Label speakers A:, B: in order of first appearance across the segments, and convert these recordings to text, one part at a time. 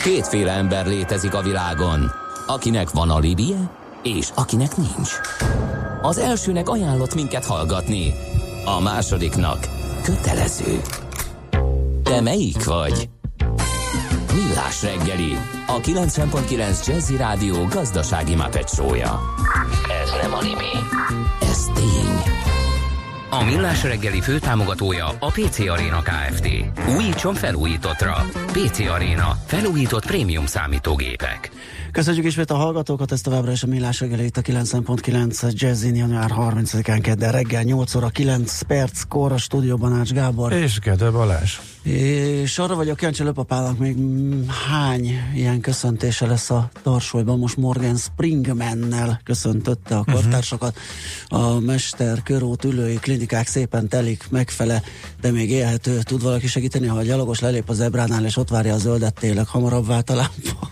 A: Kétféle ember létezik a világon, akinek van alibije, és akinek nincs. Az elsőnek ajánlott minket hallgatni, a másodiknak kötelező. Te melyik vagy? Millás reggeli, a 90.9 Jazzy Rádió gazdasági Muppet show-ja. Ez nem anime, ez tény. A Millás reggeli főtámogatója a PC Arena Kft. Újítson felújítottra. PC Arena. Felújított prémium számítógépek.
B: Köszönjük ismét a hallgatókat, ez továbbra is a Millás reggeli itt a 90.9 Jazzin január 30-án kedden reggel 8 óra 9 perckor a stúdióban Ács Gábor.
C: És Gede Balázs.
B: És arra vagyok kíváncsi, Löpapának még hány ilyen köszöntése lesz a Tarsolyban. Most Morgan Springmannel köszöntötte a kortársakat. A Mester Körút ülői klinikák szépen telik megfele, de még élhető. Tud valaki segíteni, ha a gyalogos lelép a zebránál, és ott várja a zöldet, tényleg hamarabb vált a lámpa?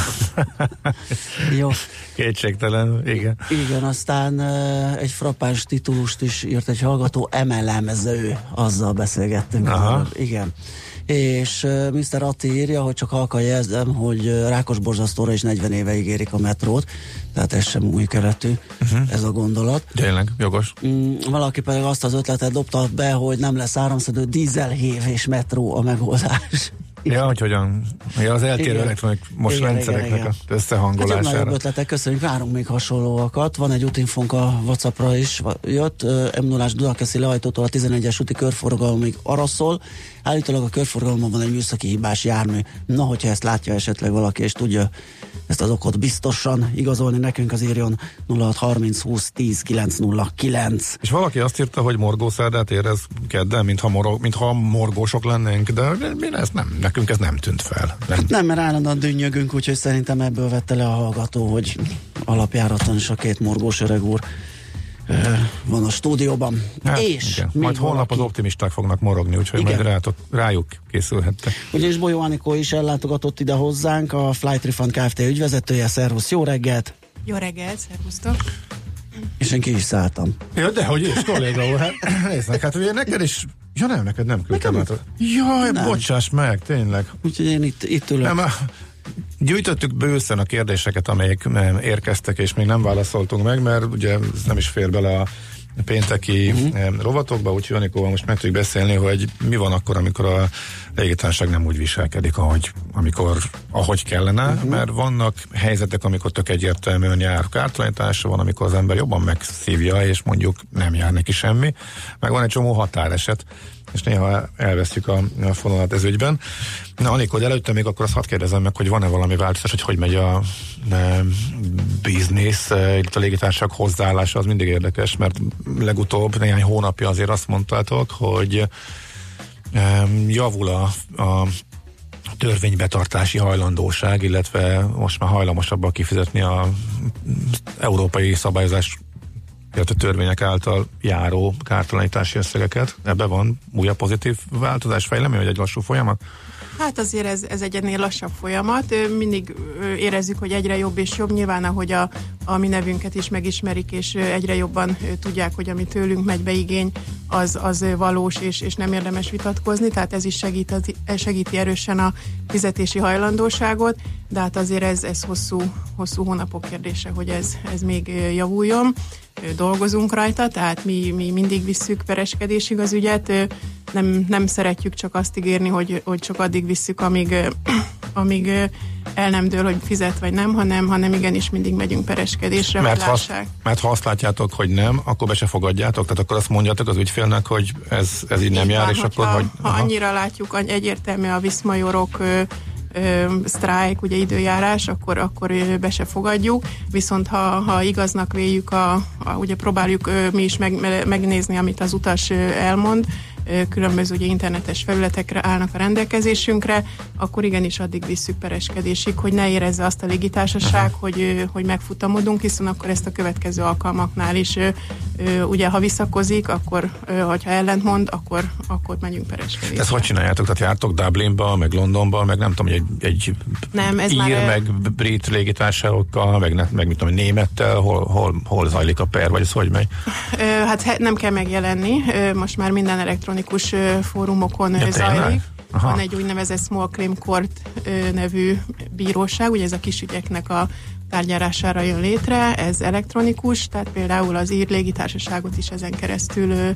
B: Jó.
C: Kétségtelen, igen.
B: Igen, aztán egy frappáns titulust is írt egy hallgató, emelemző, azzal beszélgettünk. Igen. És Mr. Atti írja, hogy csak halkan jelzem, hogy Rákosborzasztóra is 40 éve ígérik a metrót, tehát ez sem új keletű, ez a gondolat.
C: Tényleg, jogos.
B: Valaki pedig azt az ötletet dobta be, hogy nem lesz áramszedő, dízelhév és metró a megoldás.
C: Ja, hogy hogyan? Ja, az eltérő elektronikus rendszereknek az összehangolására.
B: Hát nagyobb ötletek, köszönjük, várunk még hasonlóakat. Van egy útinfónk a WhatsAppra is jött, M0-ás Dunakeszi lehajtótól a 11-es úti körforgalomig araszol. Állítólag a körforgalomban van egy műszaki hibás jármű. Na, hogyha ezt látja esetleg valaki, és tudja ezt az okot biztosan igazolni nekünk, az írjon 0630 20 10 909. És
C: valaki azt írta, hogy morgószerdát érez kedden, mintha morgósok lennénk, de nekünk ez nem tűnt fel.
B: Nem, mert állandóan dünnyögünk, úgyhogy szerintem ebből vette le a hallgató, hogy alapjáraton is a két morgós öreg úr van a stúdióban.
C: Hát, és majd holnap az optimisták fognak morogni, úgyhogy majd rájuk készülhettek.
B: Ugyanis Bolyó Anikó is ellátogatott ide hozzánk, a Flight Refund Kft. Ügyvezetője. Szervusz, jó reggelt!
D: Jó reggelt, szervusztok!
B: És én ki is szálltam.
C: Ja, dehogy is, kolléga úr, hát néznek, hát ugye neked is. Ja nem, neked nem küldtem át. Jaj, nem. Bocsáss meg, tényleg.
B: Úgyhogy én itt ülök.
C: Nem, gyűjtöttük bőszen a kérdéseket, amelyek érkeztek, és még nem válaszoltunk meg, mert ugye ez nem is fér bele a pénteki rovatokba, úgyhogy Anikóval most meg tudjuk beszélni, hogy mi van akkor, amikor a légitársaság nem úgy viselkedik, ahogy kellene, mert vannak helyzetek, amikor tök egyértelműen jár kártalanítása, van, amikor az ember jobban megszívja, és mondjuk nem jár neki semmi, meg van egy csomó határeset, és néha elveszjük a fonalat ez ügyben. Na, Anikó, de előtte még akkor azt hadd kérdezem meg, hogy van-e valami változás, hogy megy a biznisz, itt a légitársaság hozzáállása, az mindig érdekes, mert legutóbb néhány hónapja azért azt mondtátok, hogy javul a törvénybetartási hajlandóság, illetve most már hajlamosabbak kifizetni a európai szabályozás, illetve törvények által járó kártalanítási összegeket. Ebben van újabb pozitív változás, fejlemény, vagy egy lassú folyamat?
D: Hát azért ez egy ennél lassabb folyamat. Mindig érezzük, hogy egyre jobb és jobb. Nyilván, ahogy a mi nevünket is megismerik, és egyre jobban tudják, hogy ami tőlünk megy be igény, az valós, és nem érdemes vitatkozni. Tehát ez is segíti erősen a fizetési hajlandóságot, de hát azért ez hosszú hónapok kérdése, hogy ez még javuljon. Dolgozunk rajta, tehát mi mindig visszük pereskedésig az ügyet. Nem szeretjük csak azt ígérni, hogy csak addig visszük, amíg el nem dől, hogy fizet vagy nem, hanem igenis mindig megyünk pereskedésre,
C: mert ha azt látjátok, hogy nem, akkor be se fogadjátok, tehát akkor azt mondjátok az ügyfélnek, hogy ez így nem jár, és akkor...
D: Ha annyira látjuk, egyértelmű a viszmajorok sztrájk, ugye időjárás, akkor be se fogadjuk, viszont ha igaznak véljük, ugye próbáljuk mi is megnézni, amit az utas elmond, különböző ugye internetes felületekre állnak a rendelkezésünkre, akkor igenis addig visszük pereskedésig, hogy ne érezze azt a légitársaság, hogy megfutamodunk, hiszen akkor ezt a következő alkalmaknál is ugye ha visszakozik, akkor hogyha ellentmond, akkor megyünk pereskedésre.
C: Ezt hogy csináljátok? Tehát jártok Dublinba, meg Londonba, meg nem tudom, egy ír, meg brit légitársaságokkal, meg mit tudom, némettel, hol zajlik a per, vagy ez hogy megy?
D: Hát nem kell megjelenni, most már minden fórumokon zajlik.
C: Aha.
D: Van egy úgynevezett Small Claim Court nevű bíróság, ugye ez a kis ügyeknek a tárgyalására jön létre, ez elektronikus, tehát például az ír légitársaságot is ezen keresztül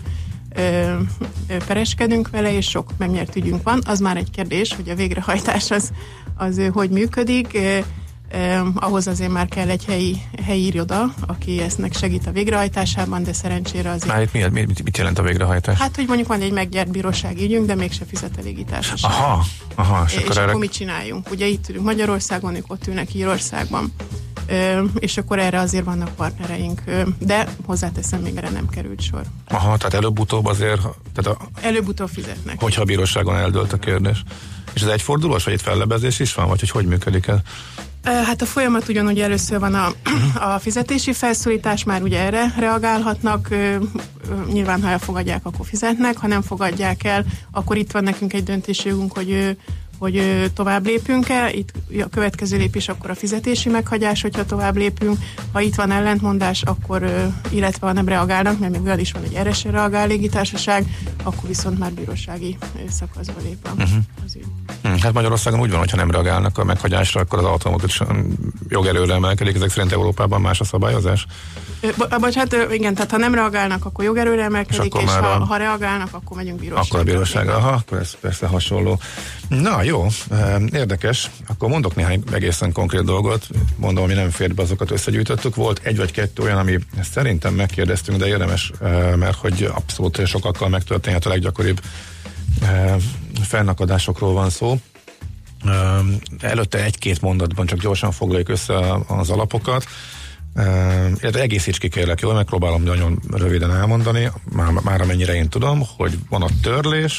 D: pereskedünk vele, és sok megnyert ügyünk van. Az már egy kérdés, hogy a végrehajtás az hogy működik. Ahhoz azért már kell egy helyi iroda, aki eznek segít a végrehajtásában, de szerencsére azért...
C: Mit jelent a végrehajtás?
D: Hát, hogy mondjuk van egy meggyert bírósági ügyünk, de mégse fizet a légitársaság. És akkor mit csináljunk? Ugye itt ülünk Magyarországon, ők ott ülnek Írországban. És akkor erre azért vannak partnereink, de hozzáteszem, még erre nem került sor.
C: Tehát előbb-utóbb azért...
D: Előbb-utóbb fizetnek.
C: Hogyha a bíróságon eldőlt a kérdés. És ez egyfordulós, vagy itt fellebezés is van, vagy hogy működik ez?
D: Hát a folyamat ugyanúgy először van a fizetési felszólítás, már ugye erre reagálhatnak, nyilván ha elfogadják, akkor fizetnek, ha nem fogadják el, akkor itt van nekünk egy döntésjogunk, hogy tovább lépünk-e, itt a következő lépés akkor a fizetési meghagyás, hogyha tovább lépünk, ha itt van ellentmondás, akkor, illetve ha nem reagálnak, mert még olyan is van, hogy erre se reagál légitársaság, akkor viszont már bírósági szakaszba lép az ügy.
C: Hát Magyarországon úgy van, hogyha nem reagálnak a meghagyásra, akkor az automatikusan jogerőre emelkedik, ezek szerint Európában más a szabályozás?
D: Hát igen, tehát ha nem reagálnak, akkor jogerőre emelkedik, és ha reagálnak, akkor megyünk bíróságra.
C: Akkor a bíróságra, akkor ez persze hasonló. Na jó, érdekes, akkor mondok néhány egészen konkrét dolgot, mondom, ami nem fér be, azokat összegyűjtöttük. Volt egy vagy kettő olyan, ami szerintem megkérdeztünk, de érdemes, mert hogy abszolút sokakkal megtörténhet, a leggyakoribb fennakadásokról van szó. Előtte egy-két mondatban csak gyorsan foglaljuk össze az alapokat. Egészíts ki kérlek, jól megpróbálom nagyon röviden elmondani, már amennyire én tudom, hogy van a törlés.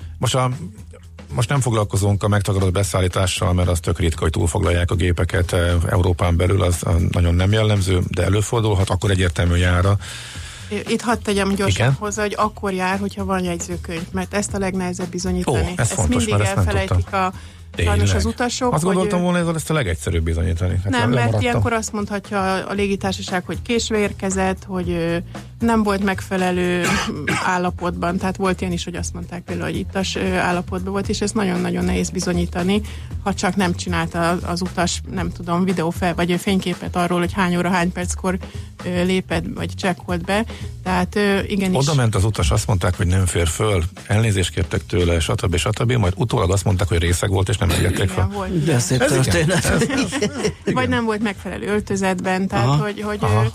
C: Most nem foglalkozunk a megtagadott beszállítással, mert az tök ritka, hogy túlfoglalják a gépeket Európán belül, az nagyon nem jellemző, de előfordulhat, akkor egyértelmű jára.
D: Itt hadd tegyem gyorsan hozzá, hogy akkor jár, hogyha van jegyzőkönyv, mert ezt a legnehezebb bizonyítani.
C: Ez fontos,
D: mindig elfelejtik sajnos az utasok.
C: Azt gondoltam volna, hogy ezt a legegyszerűbb bizonyítani. Hát
D: nem, mert ilyenkor azt mondhatja a légitársaság, hogy késve érkezett, hogy nem volt megfelelő állapotban, tehát volt ilyen is, hogy azt mondták például, hogy ittas állapotban volt, és ezt nagyon-nagyon nehéz bizonyítani, ha csak nem csinálta az utas, nem tudom, vagy fényképet arról, hogy hány óra, hány perckor lépett, vagy csekkolt be. Tehát igenis...
C: Oda ment az utas, azt mondták, hogy nem fér föl, elnézést kértek tőle, stb. Majd utólag azt mondták, hogy részeg volt, és nem engedték fel.
B: De szép történet.
D: Vagy nem volt megfelelő öltözetben, tehát hogy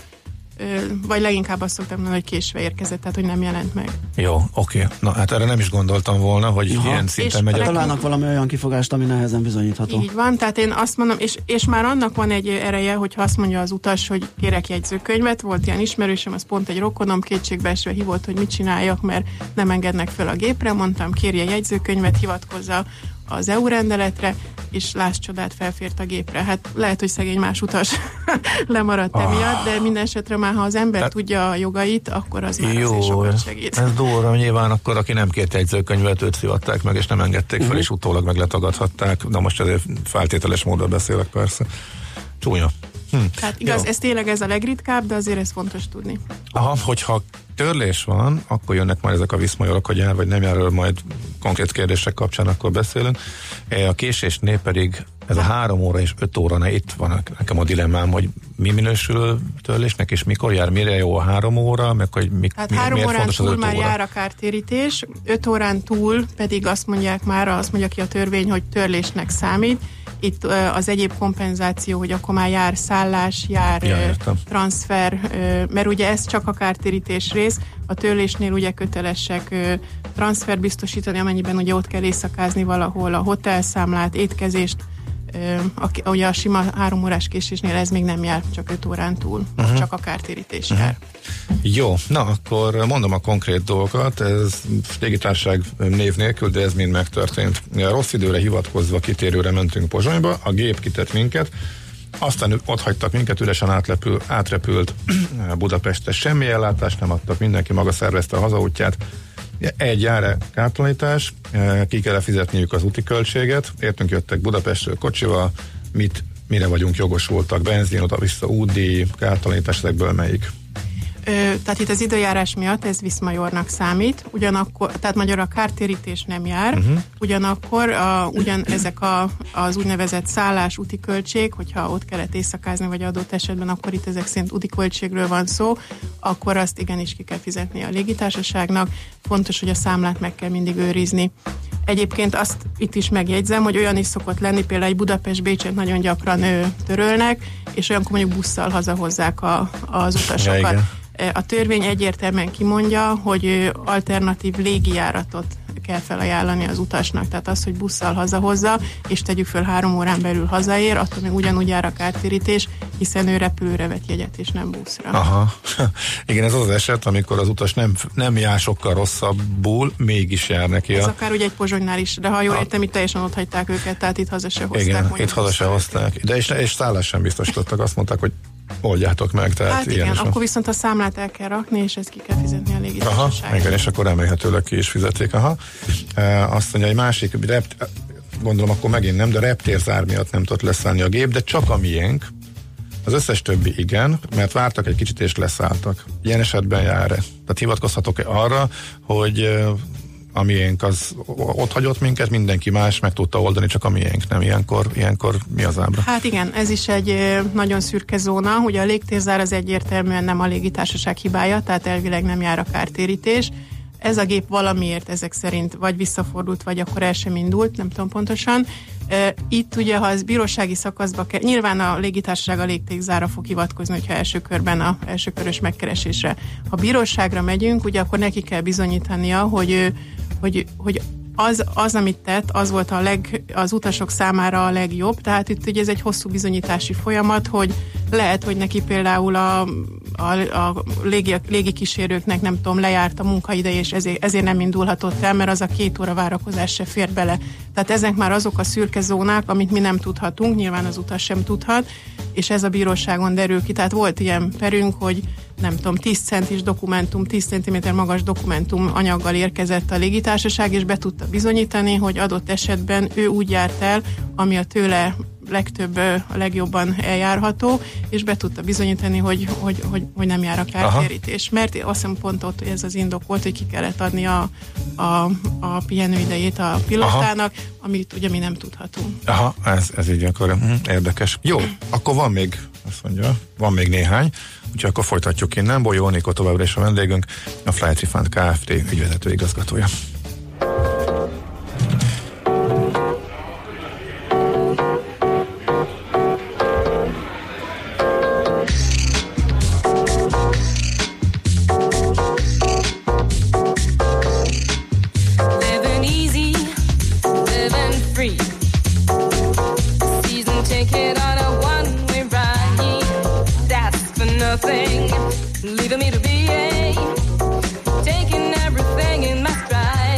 D: vagy leginkább azt szoktam mondani, hogy késve érkezett, tehát hogy nem jelent meg.
C: Jó, oké. Na hát erre nem is gondoltam volna, hogy ilyen szinten megy.
B: Találnak valami olyan kifogást, ami nehezen bizonyítható.
D: Így van, tehát én azt mondom, és már annak van egy ereje, hogyha azt mondja az utas, hogy kérek jegyzőkönyvet, volt ilyen ismerősöm, az pont egy rokonom, kétségbeesve hívott, hogy mit csináljak, mert nem engednek fel a gépre, mondtam, kérje jegyzőkönyvet, hivatkozza az EU rendeletre, és láss csodát, felfért a gépre. Hát lehet, hogy szegény más utas lemaradt emiatt, de minden esetre már, ha az ember tudja a jogait, akkor az már azért sokat segít.
C: Ez durva, nyilván akkor, aki nem kért jegyzőkönyvet, őt szivatták meg, és nem engedték fel, és utólag meg letagadhatták. De most ezért feltételes módon beszélek, persze. Csúnya.
D: Tehát igaz, ez tényleg ez a legritkább, de azért ez fontos tudni.
C: Hogyha törlés van, akkor jönnek majd ezek a viszmajorok, hogy jár vagy nem jár, majd konkrét kérdések kapcsán akkor beszélünk. A késésnél pedig ez a 3 óra és 5 óra, itt van nekem a dilemmám, hogy mi minősül törlésnek, és mikor jár, mire jó a 3 óra, meg hogy
D: hát 3 órán túl már jár a kártérítés, 5 órán túl pedig azt mondja ki a törvény, hogy törlésnek számít. Itt az egyéb kompenzáció, hogy akkor már jár szállás, jár transfer, mert ugye ez csak a kártérítés rész, a törlésnél ugye kötelesek transfer biztosítani, amennyiben ugye ott kell éjszakázni valahol, a hotelszámlát, étkezést, ugye a sima 3 órás késésnél ez még nem jár, csak 5 órán túl, csak a kártérítés jár.
C: Jó, na akkor mondom a konkrét dolgokat, ez légitársaság név nélkül, de ez mind megtörtént. Rossz időre hivatkozva kitérőre mentünk Pozsonyba, a gép kitett minket, aztán ott hagytak minket, üresen átrepült Budapestre, semmi ellátást nem adtak, mindenki maga szervezte a hazaútját. Egy jár kártalanítás, ki kell fizetniük az úti költséget, értünk jöttek Budapestről kocsival, mire vagyunk jogosultak, benzin, oda-vissza, útdíj, kártalanítás, ezekből melyik?
D: Tehát itt az időjárás miatt ez viszmajornak számít, ugyanakkor, tehát magyarul a kártérítés nem jár, ugyanakkor ezek az úgynevezett szállás, úti költség, hogyha ott kellett éjszakázni, vagy adott esetben, akkor itt ezek szerint úti költségről van szó, akkor azt igenis ki kell fizetni a légitársaságnak. Fontos, hogy a számlát meg kell mindig őrizni. Egyébként azt itt is megjegyzem, hogy olyan is szokott lenni, például egy Budapest-Bécset nagyon gyakran törölnek, és olyankor mondjuk busszal hazahozzák az utasokat.
C: Ja,
D: a törvény egyértelműen kimondja, hogy alternatív légijáratot kell felajánlani az utasnak. Tehát az, hogy busszal hazahozza, és tegyük föl 3 órán belül hazaér, attól még ugyanúgy jár a kártérítés, hiszen ő repülőre vett jegyet, és nem buszra.
C: Aha. Igen, ez az eset, amikor az utas nem jár sokkal rosszabbul, mégis jár neki.
D: Ez akár ugye egy Pozsonynál is, de ha jól értem, itt teljesen ott hagyták őket, tehát itt haza se hozták.
C: Igen, itt haza se hozták. De és szállás sem biztosítottak, azt mondták, hogy oldjátok meg. Tehát
D: hát igen, akkor viszont a számlát el kell rakni, és ezt ki kell fizetni a légitársaságnak.
C: Aha, igen, és akkor remélhetőleg ki is fizetik. Aha. Azt mondja, egy másik, gondolom akkor megint nem, de reptérzár miatt nem tudott leszállni a gép, de csak a miénk. Az összes többi igen, mert vártak egy kicsit és leszálltak. Ilyen esetben jár-e? Tehát hivatkozhatok-e arra, hogy a miénk az ott hagyott minket, mindenki más meg tudta oldani, csak a miénk nem. Ilyenkor mi az ábra?
D: Hát igen, ez is egy nagyon szürke zóna. Ugye a légtérzár az egyértelműen nem a légitársaság hibája, tehát elvileg nem jár a kártérítés. Ez a gép valamiért ezek szerint vagy visszafordult, vagy akkor el sem indult, nem tudom pontosan. Itt ugye, ha az bírósági szakaszba kell, nyilván a légitársaság a légtérzárra fog hivatkozni, hogyha első körben a elsőkörös megkeresésre. Ha bíróságra megyünk, ugye akkor neki kell bizonyítania, hogy az, amit tett, az volt az utasok számára a legjobb, tehát itt ugye ez egy hosszú bizonyítási folyamat, hogy lehet, hogy neki például a légikísérőknek nem tudom, lejárt a munkaideje, és ezért nem indulhatott el, mert az a 2 óra várakozás se fér bele. Tehát ezek már azok a szürke zónák, amit mi nem tudhatunk, nyilván az utas sem tudhat, és ez a bíróságon derül ki. Tehát volt ilyen perünk, hogy nem tudom, 10 centis dokumentum, 10 cm magas dokumentum anyaggal érkezett a légitársaság, és be tudta bizonyítani, hogy adott esetben ő úgy járt el, ami a tőle legtöbb, a legjobban eljárható, és be tudta bizonyítani, hogy nem jár a kártérítés. Mert azt hiszem pont ott, hogy ez az indok volt, hogy ki kellett adni a pihenőidejét a pilotának, amit ugye mi nem tudhatunk. Aha,
C: ez így akkor érdekes. Jó, akkor van még, azt mondja, van még néhány, úgyhogy akkor folytatjuk innen. Bolyó Anikó továbbra is a vendégünk, a Flight Refund Kft. Ügyvezető igazgatója.
E: Leaving me to be taking everything in my stride.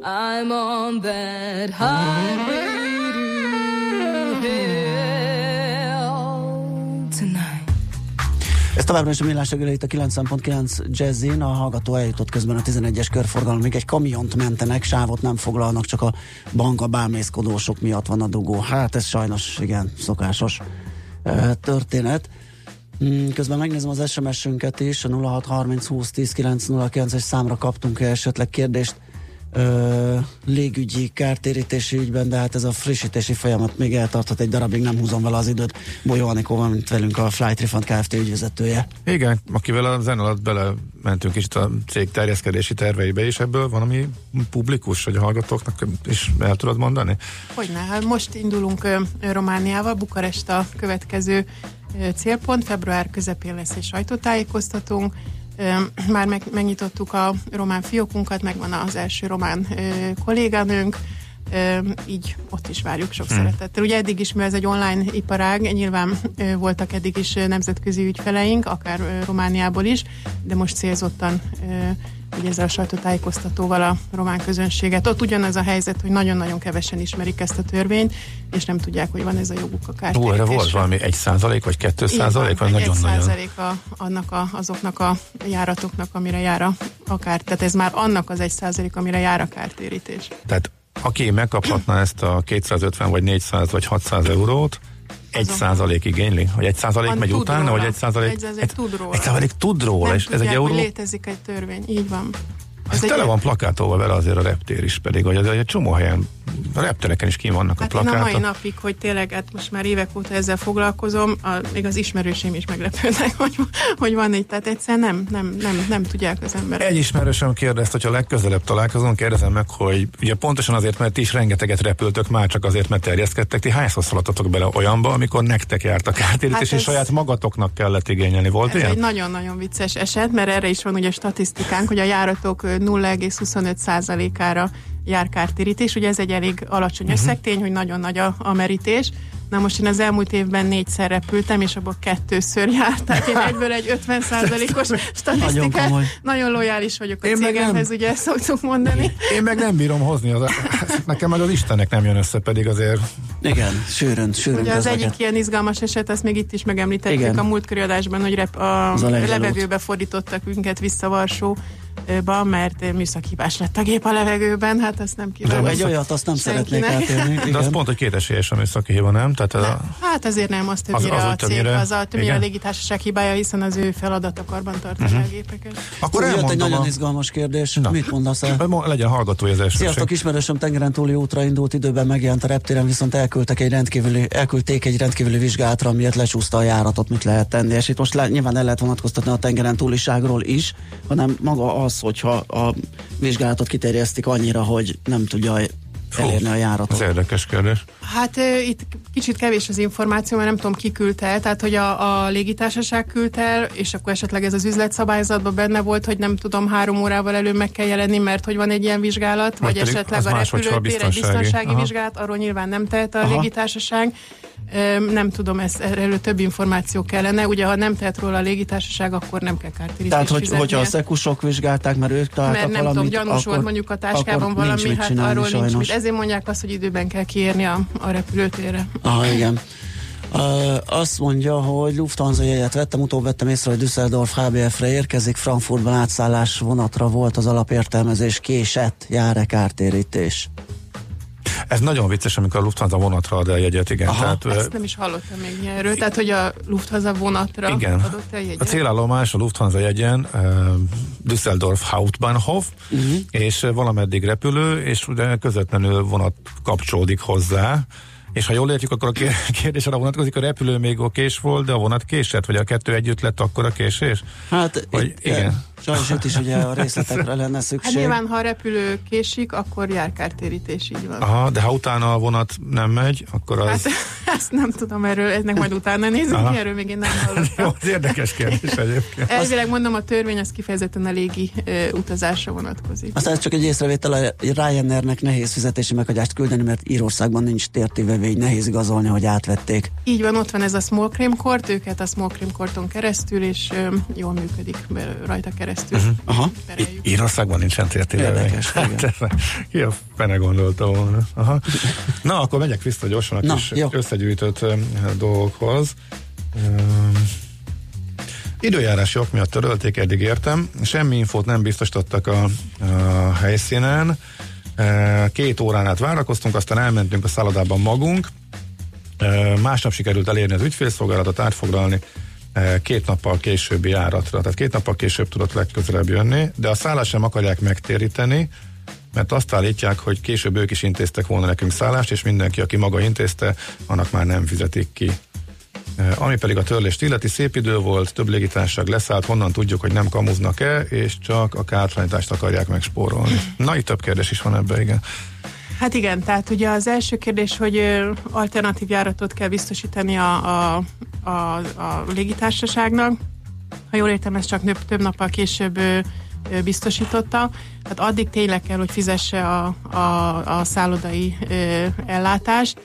E: I'm on that highway to hell tonight.
B: Ez továbbra is a Millás reggeli itt a 90.9 Jazzin. A hallgató eljutott közben a 11-es körforgalomig. Egy kamiont mentenek, sávot nem foglalnak, csak a banka bámészkodósok miatt van a dugó. Hát ez sajnos, igen, szokásos történet. Közben megnézem az SMS-ünket is, a 0630 20 10 909-es számra kaptunk esetleg kérdést légügyi kártérítési ügyben, de hát ez a frissítési folyamat még eltarthat egy darabig, nem húzom vele az időt. Bolyó Anikó van, mint velünk, a Flight Refund Kft. Ügyvezetője.
C: Igen, akivel a zen alatt belementünk is a cég terjeszkedési terveibe, és ebből van, ami publikus, hogy a hallgatóknak is el tudod mondani?
D: Hogyne, hát most indulunk Romániával, Bukarest a következő célpont, február közepén lesz egy sajtótájékoztatónk. Már megnyitottuk a román fiókunkat, megvan az első román kolléganőnk, így ott is várjuk sok szeretettel. Ugye eddig is, mert ez egy online iparág, nyilván voltak eddig is nemzetközi ügyfeleink, akár Romániából is, de most célzottan ugye ezzel a sajtótájékoztatóval a román közönséget. Ott ugyanaz a helyzet, hogy nagyon-nagyon kevesen ismerik ezt a törvényt, és nem tudják, hogy van ez a joguk a kártérítésre.
C: Erre volt valami 1% vagy 2%? Vagy
D: nagyon-nagyon? 1% azoknak a járatoknak, amire jár a kár. Tehát ez már annak az 1%, amire jár a kártérítés.
C: Tehát aki megkaphatna ezt a 250 vagy 400 vagy 600 eurót, 1% igényli? Vagy 1% megy utána? Vagy 1%
D: tud róla.
C: 1% tud róla,
D: nem
C: és
D: tudják,
C: ez egy euró?
D: Létezik egy törvény, így van.
C: Ez tele van plakátolva vele azért a reptér is, pedig hogy egy csomó helyen, a reptereken is kín vannak
D: hát
C: a plakátok.
D: Én a mai napig, hogy tényleg, hát most már évek óta ezzel foglalkozom, még az ismerőseim is meglepődnek, hogy van így, tehát egyszerűen nem tudják az emberek.
C: Egy ismerősöm kérdezte, hogyha legközelebb találkozunk, kérdezem meg, hogy ugye pontosan azért, mert ti is rengeteget repültök, már csak azért, mert terjeszkedtek, ti hányszor szaladtatok bele olyanba, amikor nektek járt a kártérítés, és saját magatoknak kellett igényelni. Volt
D: ez
C: ilyen?
D: egy nagyon-nagyon vicces eset, mert erre is van ugye statisztikánk, hogy a járatok 0,25%-ára jár kártérítés, ugye ez egy elég alacsony összegtény, hogy nagyon nagy a merítés. Na most én az elmúlt évben 4-szer repültem, és abból 2-ször járt, tehát én egyből egy 50%-os statisztikát. Nagyon lojális vagyok a cégemhez, ugye ezt szoktuk mondani.
C: Én meg nem bírom hozni, nekem meg az Istennek nem jön össze, pedig azért...
B: Igen, sűrűn
D: ugye az egyik ilyen izgalmas eset, azt még itt is megemlítettük. Igen. A múltkori adásban, hogy a levegőbe fordítottak minket vissza Varsóba, mert műszakhibás lett a gép a levegőben, hát azt nem kívánom.
B: Egy olyat azt nem szeretnék átélni.
C: De az pont, hogy kétesélyes a műszaki hiba, nem? Tehát
D: hát azért nem, az többnyire a cég, az a többnyire a légitársaság hibája, hiszen az ő feladat a karban tartani a gépeket.
B: Akkor jött egy nagyon izgalmas kérdés. Mit mondasz el?
C: Legyen hallgatója az első.
B: Sziasztok, ismerősöm tengeren túli útra indult, időben megjelent a reptéren, viszont elküldték egy rendkívüli vizsgálatra, miért lecsúszta a járatot, mit lehet tenni. És itt most nyilván el lehet vonatkoztatni a tengeren túliságról is, hanem maga az, hogyha a vizsgálatot kiterjesztik annyira, hogy nem tudja elérni a járatot.
C: Ez érdekes kérdés.
D: Hát itt kicsit kevés az információ, mert nem tudom, ki küldte el, tehát hogy a légitársaság küldte el, és akkor esetleg ez az üzletszabályzatban benne volt, hogy nem tudom, 3 órával előbb meg kell jelenni, mert hogy van egy ilyen vizsgálat, vagy esetleg a repülőtér egy biztonsági vizsgálat, arról nyilván nem tehet a légitársaság. Nem tudom, erről több információ kellene. Ugye, ha nem tehet róla a légitársaság, akkor nem kell kártérítést
B: tehát,
D: fizetnie.
B: hogyha a szekusok vizsgálták, mert ők találtak
D: mert nem
B: valamit,
D: tudom, gyanús volt mondjuk a táskában valami, hát arról nincs mit. Ezért mondják azt, hogy időben kell kiérni a repülőtérre.
B: Igen. Azt mondja, hogy Lufthansa jegyet vettem, utóbb vettem észre, hogy Düsseldorf HBF-re érkezik, Frankfurtban átszállás vonatra volt, az alapértelmezés késett, jár-e kártérítés?
C: Ez nagyon vicces, amikor a Lufthansa vonatra ad el jegyet, igen.
D: Tehát, ezt nem is hallottam még erről, tehát hogy a Lufthansa vonatra adott el jegyet.
C: A célállomás a Lufthansa jegyen Düsseldorf Hauptbahnhof, és valameddig repülő, és ugye közvetlenül vonat kapcsolódik hozzá, és ha jól értjük, akkor a kérdés arra vonatkozik, a repülő még okés volt, de a vonat késett, vagy a kettő együtt lett akkor a késés?
B: Hát igen. Sajnos itt is ugye a részletekre lenne szükség.
D: Hát nyilván, ha a repülő késik, akkor jár kártérítés, így van.
C: Aha, de ha utána a vonat nem megy, akkor az...
D: Ezt nem tudom erről, ennek majd utána nézünk, erről még én nem hallottam.
C: Jó, az érdekes kérdés egyébként.
D: Elvileg mondom, a törvény az kifejezetten a légi utazásra vonatkozik.
B: Aztán ez csak egy észrevétel, a Ryanairnek nehéz fizetési meghagyást küldeni, mert Írországban nincs tértévevő, így nehéz igazolni, hogy átvették.
D: Így van, ott van ez a Small Cream Court, őket a Small Cream Courton keresztül, és jól működik rajta keresztül.
B: Aha.
C: Írországban nincsen tértévevő.
B: Érdekes,
C: Ki a fene gondolta volna. Aha. Na, akkor megyek vissza gyorsan a kis összegyűjtött dolgokhoz. Időjárási ok miatt törölték, eddig értem. Semmi infót nem biztosítottak a helyszínen. 2 órán át várakoztunk, aztán elmentünk a szállodában magunk. Másnap sikerült elérni az ügyfélszolgálatot, átfoglalni 2 nappal későbbi járatra. Tehát 2 nappal később tudott legközelebb jönni, de a szállást sem akarják megtéríteni, mert azt állítják, hogy később ők is intéztek volna nekünk szállást, és mindenki, aki maga intézte, annak már nem fizetik ki. Ami pedig a törlést illeti, szép idő volt, több légitársaság leszállt, honnan tudjuk, hogy nem kamuznak-e, és csak a kártalanítást akarják megspórolni. Na, itt több kérdés is van ebben, igen.
D: Hát igen, tehát ugye az első kérdés, hogy alternatív járatot kell biztosítani a légitársaságnak. Ha jól értem, ez csak több nappal később biztosította. Tehát addig tényleg kell, hogy fizesse a szállodai ellátást.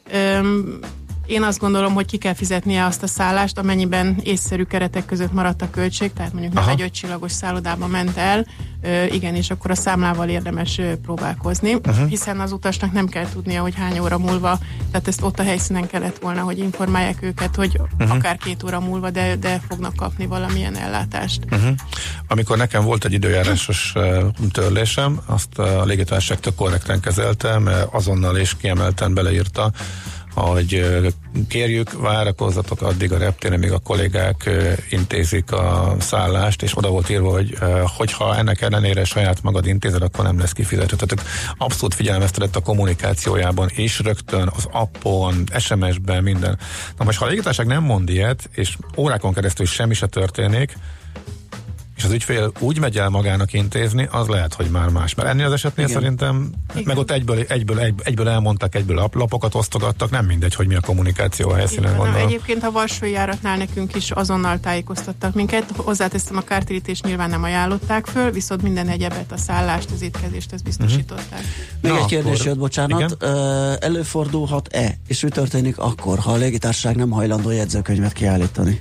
D: Én azt gondolom, hogy ki kell fizetnie azt a szállást, amennyiben észszerű keretek között maradt a költség, tehát mondjuk nem egy 5 csillagos szállodába ment el, igen, és akkor a számlával érdemes próbálkozni, hiszen az utasnak nem kell tudnia, hogy hány óra múlva, tehát ezt ott a helyszínen kellett volna, hogy informálják őket, hogy akár 2 óra múlva, de fognak kapni valamilyen ellátást.
C: Amikor nekem volt egy időjárásos törlésem, azt a légitársaság tök korrekten kezelte, mert azonnal és kiemelten beleírta, hogy kérjük, várakozzatok addig a reptéren, míg a kollégák intézik a szállást, és oda volt írva, hogy hogyha ennek ellenére saját magad intézed, akkor nem lesz kifizető. Tehát abszolút figyelmeztetett a kommunikációjában, és rögtön az appon, SMS-ben, minden. Na most, ha a légitársaság nem mond ilyet, és órákon keresztül semmi se történik, és az ügyfél úgy megy el magának intézni, az lehet, hogy már más. Mert ennél az esetnél szerintem, meg ott egyből elmondták, egyből lapokat osztogattak, nem mindegy, hogy mi a kommunikáció a helyszínen van.
D: Egyébként a Varsói járatnál nekünk is azonnal tájékoztattak minket. Hozzáteszem, a kártérítést nyilván nem ajánlották föl, viszont minden egyebet, a szállást, az étkezést, ezt biztosították.
B: Még egy kérdés jött, bocsánat. Előfordulhat-e, és mi történik akkor, ha a légitársaság nem hajlandó jegyzőkönyvet kiállítani?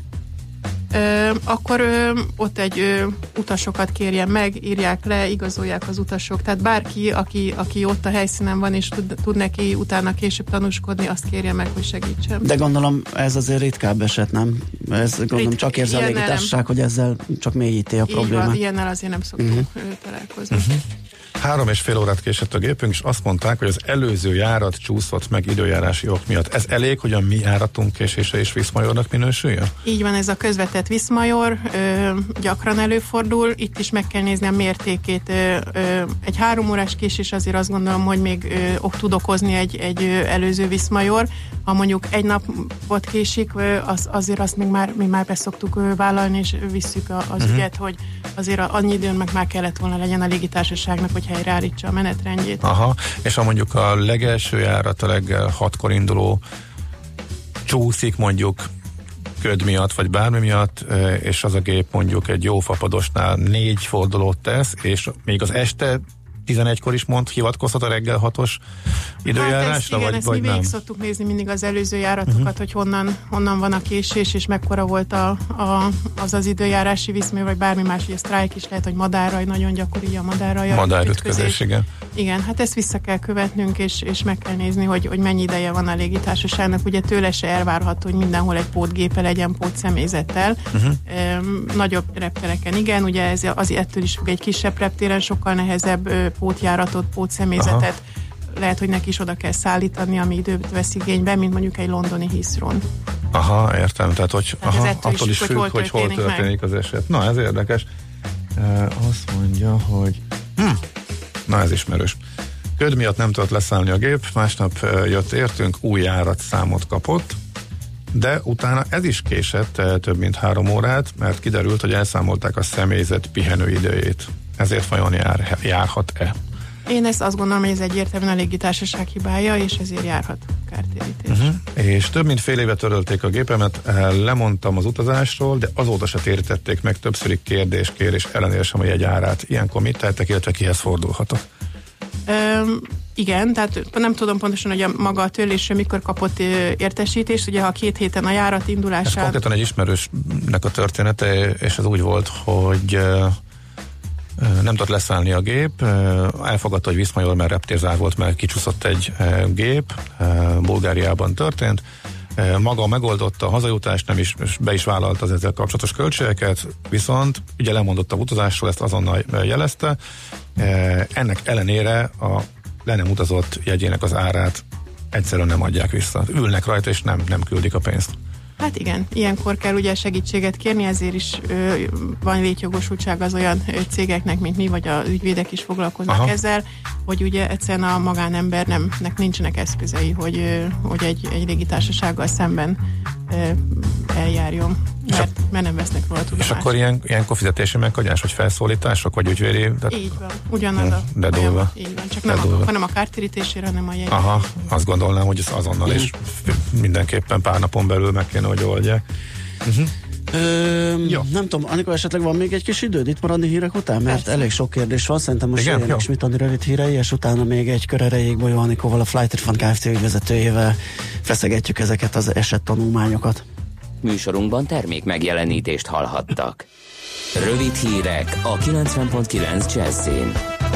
D: Akkor ott utasokat kérjen meg, írják le, igazolják az utasok. Tehát bárki, aki ott a helyszínen van, és tud neki utána később tanúskodni, azt kérje meg, hogy segítsen.
B: De gondolom ez azért ritkább eset, nem? Ez gondolom csak érzi a légitársaság, hogy ezzel csak mélyíti a problémát.
D: Van, ilyennel azért nem szoktunk találkozni.
C: 3,5 órát késett a gépünk, és azt mondták, hogy az előző járat csúszott meg időjárási ok miatt. Ez elég, hogy a mi járatunk késése és viszmajornak minősüljön?
D: Így van, ez a közvetett viszmajor, gyakran előfordul, itt is meg kell nézni a mértékét. Egy 3 órás késés azért azt gondolom, hogy még tud okozni egy előző viszmajor. Ha mondjuk 1 napot késik, azért azt mi már be szoktuk vállalni, és visszük az ügyet, hogy azért annyi időn meg már kellett volna legyen a légitársaságnak, hogy helyreállítsa a menetrendjét.
C: Aha, és ha mondjuk a legelső járat a reggel 6-kor induló csúszik mondjuk köd miatt, vagy bármi miatt, és az a gép mondjuk egy jó fapadosnál 4 fordulót tesz, és még az este 11-kor is hivatkozhat a reggel 6-os időjárásra,
D: hát ezt mi
C: nem?
D: végig szoktuk nézni mindig az előző járatokat, hogy honnan van a késés, és mekkora volt az időjárási viszmajor, vagy bármi más, hogy a sztrájk is lehet, hogy madárraj, nagyon gyakori a madárraj.
C: Madárütközés, igen.
D: Igen, hát ezt vissza kell követnünk, és meg kell nézni, hogy mennyi ideje van a légitársaságnak. Ugye tőle se elvárható, hogy mindenhol egy pótgépe legyen pótszemélyzettel. Nagyobb reptereken igen, ugye ez ettől is függ, egy kisebb reptéren sokkal nehezebb pótjáratot, pótszemélyzetet lehet, hogy neki is oda kell szállítani, ami időt vesz igénybe, mint mondjuk egy londoni Heathrow-n.
C: Aha, értem, tehát attól is függ, hogy hol történik az eset. Na, ez érdekes. Azt mondja, hogy na, ez ismerős. Köd miatt nem tudott leszállni a gép, másnap jött értünk, új járatszámot kapott, de utána ez is késett több mint 3 órát, mert kiderült, hogy elszámolták a személyzet pihenőidejét. Ezért vajon járhat-e?
D: Én ezt azt gondolom, hogy ez egyértelműen a légitársaság hibája, és ezért járhat kártérítés.
C: És több mint fél éve törölték a gépemet, lemondtam az utazásról, de azóta se térítették meg, többszörig kérés ellenére sem a jegyárát. Ilyenkor mit tettek, illetve kihez fordulhatok?
D: Igen, tehát nem tudom pontosan, hogy maga a törlésre mikor kapott értesítést, ugye ha 2 héten a járat indulásán...
C: Ez konkrétan egy ismerősnek a története, és ez úgy volt, hogy nem tudott leszállni a gép, elfogadta, hogy Viszmajor, mert reptérzár volt, mert kicsúszott egy gép, Bulgáriában történt, maga megoldotta a hazajutást, nem is, be is vállalta az ezzel kapcsolatos költségeket, viszont ugye lemondott a utazásról, ezt azonnal jelezte, ennek ellenére a le nem utazott jegyének az árát egyszerűen nem adják vissza. Ülnek rajta, és nem küldik a pénzt.
D: Hát igen, ilyenkor kell ugye segítséget kérni, ezért is van létjogosultság az olyan cégeknek, mint mi, vagy a ügyvédek is foglalkoznak ezzel, hogy ugye egyszerűen a magánembernek nincsenek eszközei, hogy egy légitársasággal szemben eljárjon, mert nem vesznek róla tudomást.
C: És akkor ilyenkor fizetési meghagyás, vagy felszólítások, vagy ügyvédi?
D: Így van, ugyanaz a
C: folyamat.
D: Így van, csak nem a kártérítésére, hanem a jegy.
C: Aha, azt gondolnám, hogy ez azonnal és mindenképpen pár napon belül meg kéne, hogy oldják.
B: Nem tudom, Anikó, esetleg van még egy kis időd itt maradni hírek után? Mert persze. Elég sok kérdés van, szerintem most jöjjenek Schmidt-Andi rövid hírei, és utána még egy kör erejéig Bolyó Anikóval, a Flight Refund Kft. Ügyvezetőjével feszegetjük ezeket az esettanulmányokat.
A: Műsorunkban termék megjelenítést hallhattak. Rövid hírek a 90.9 Jazz-in.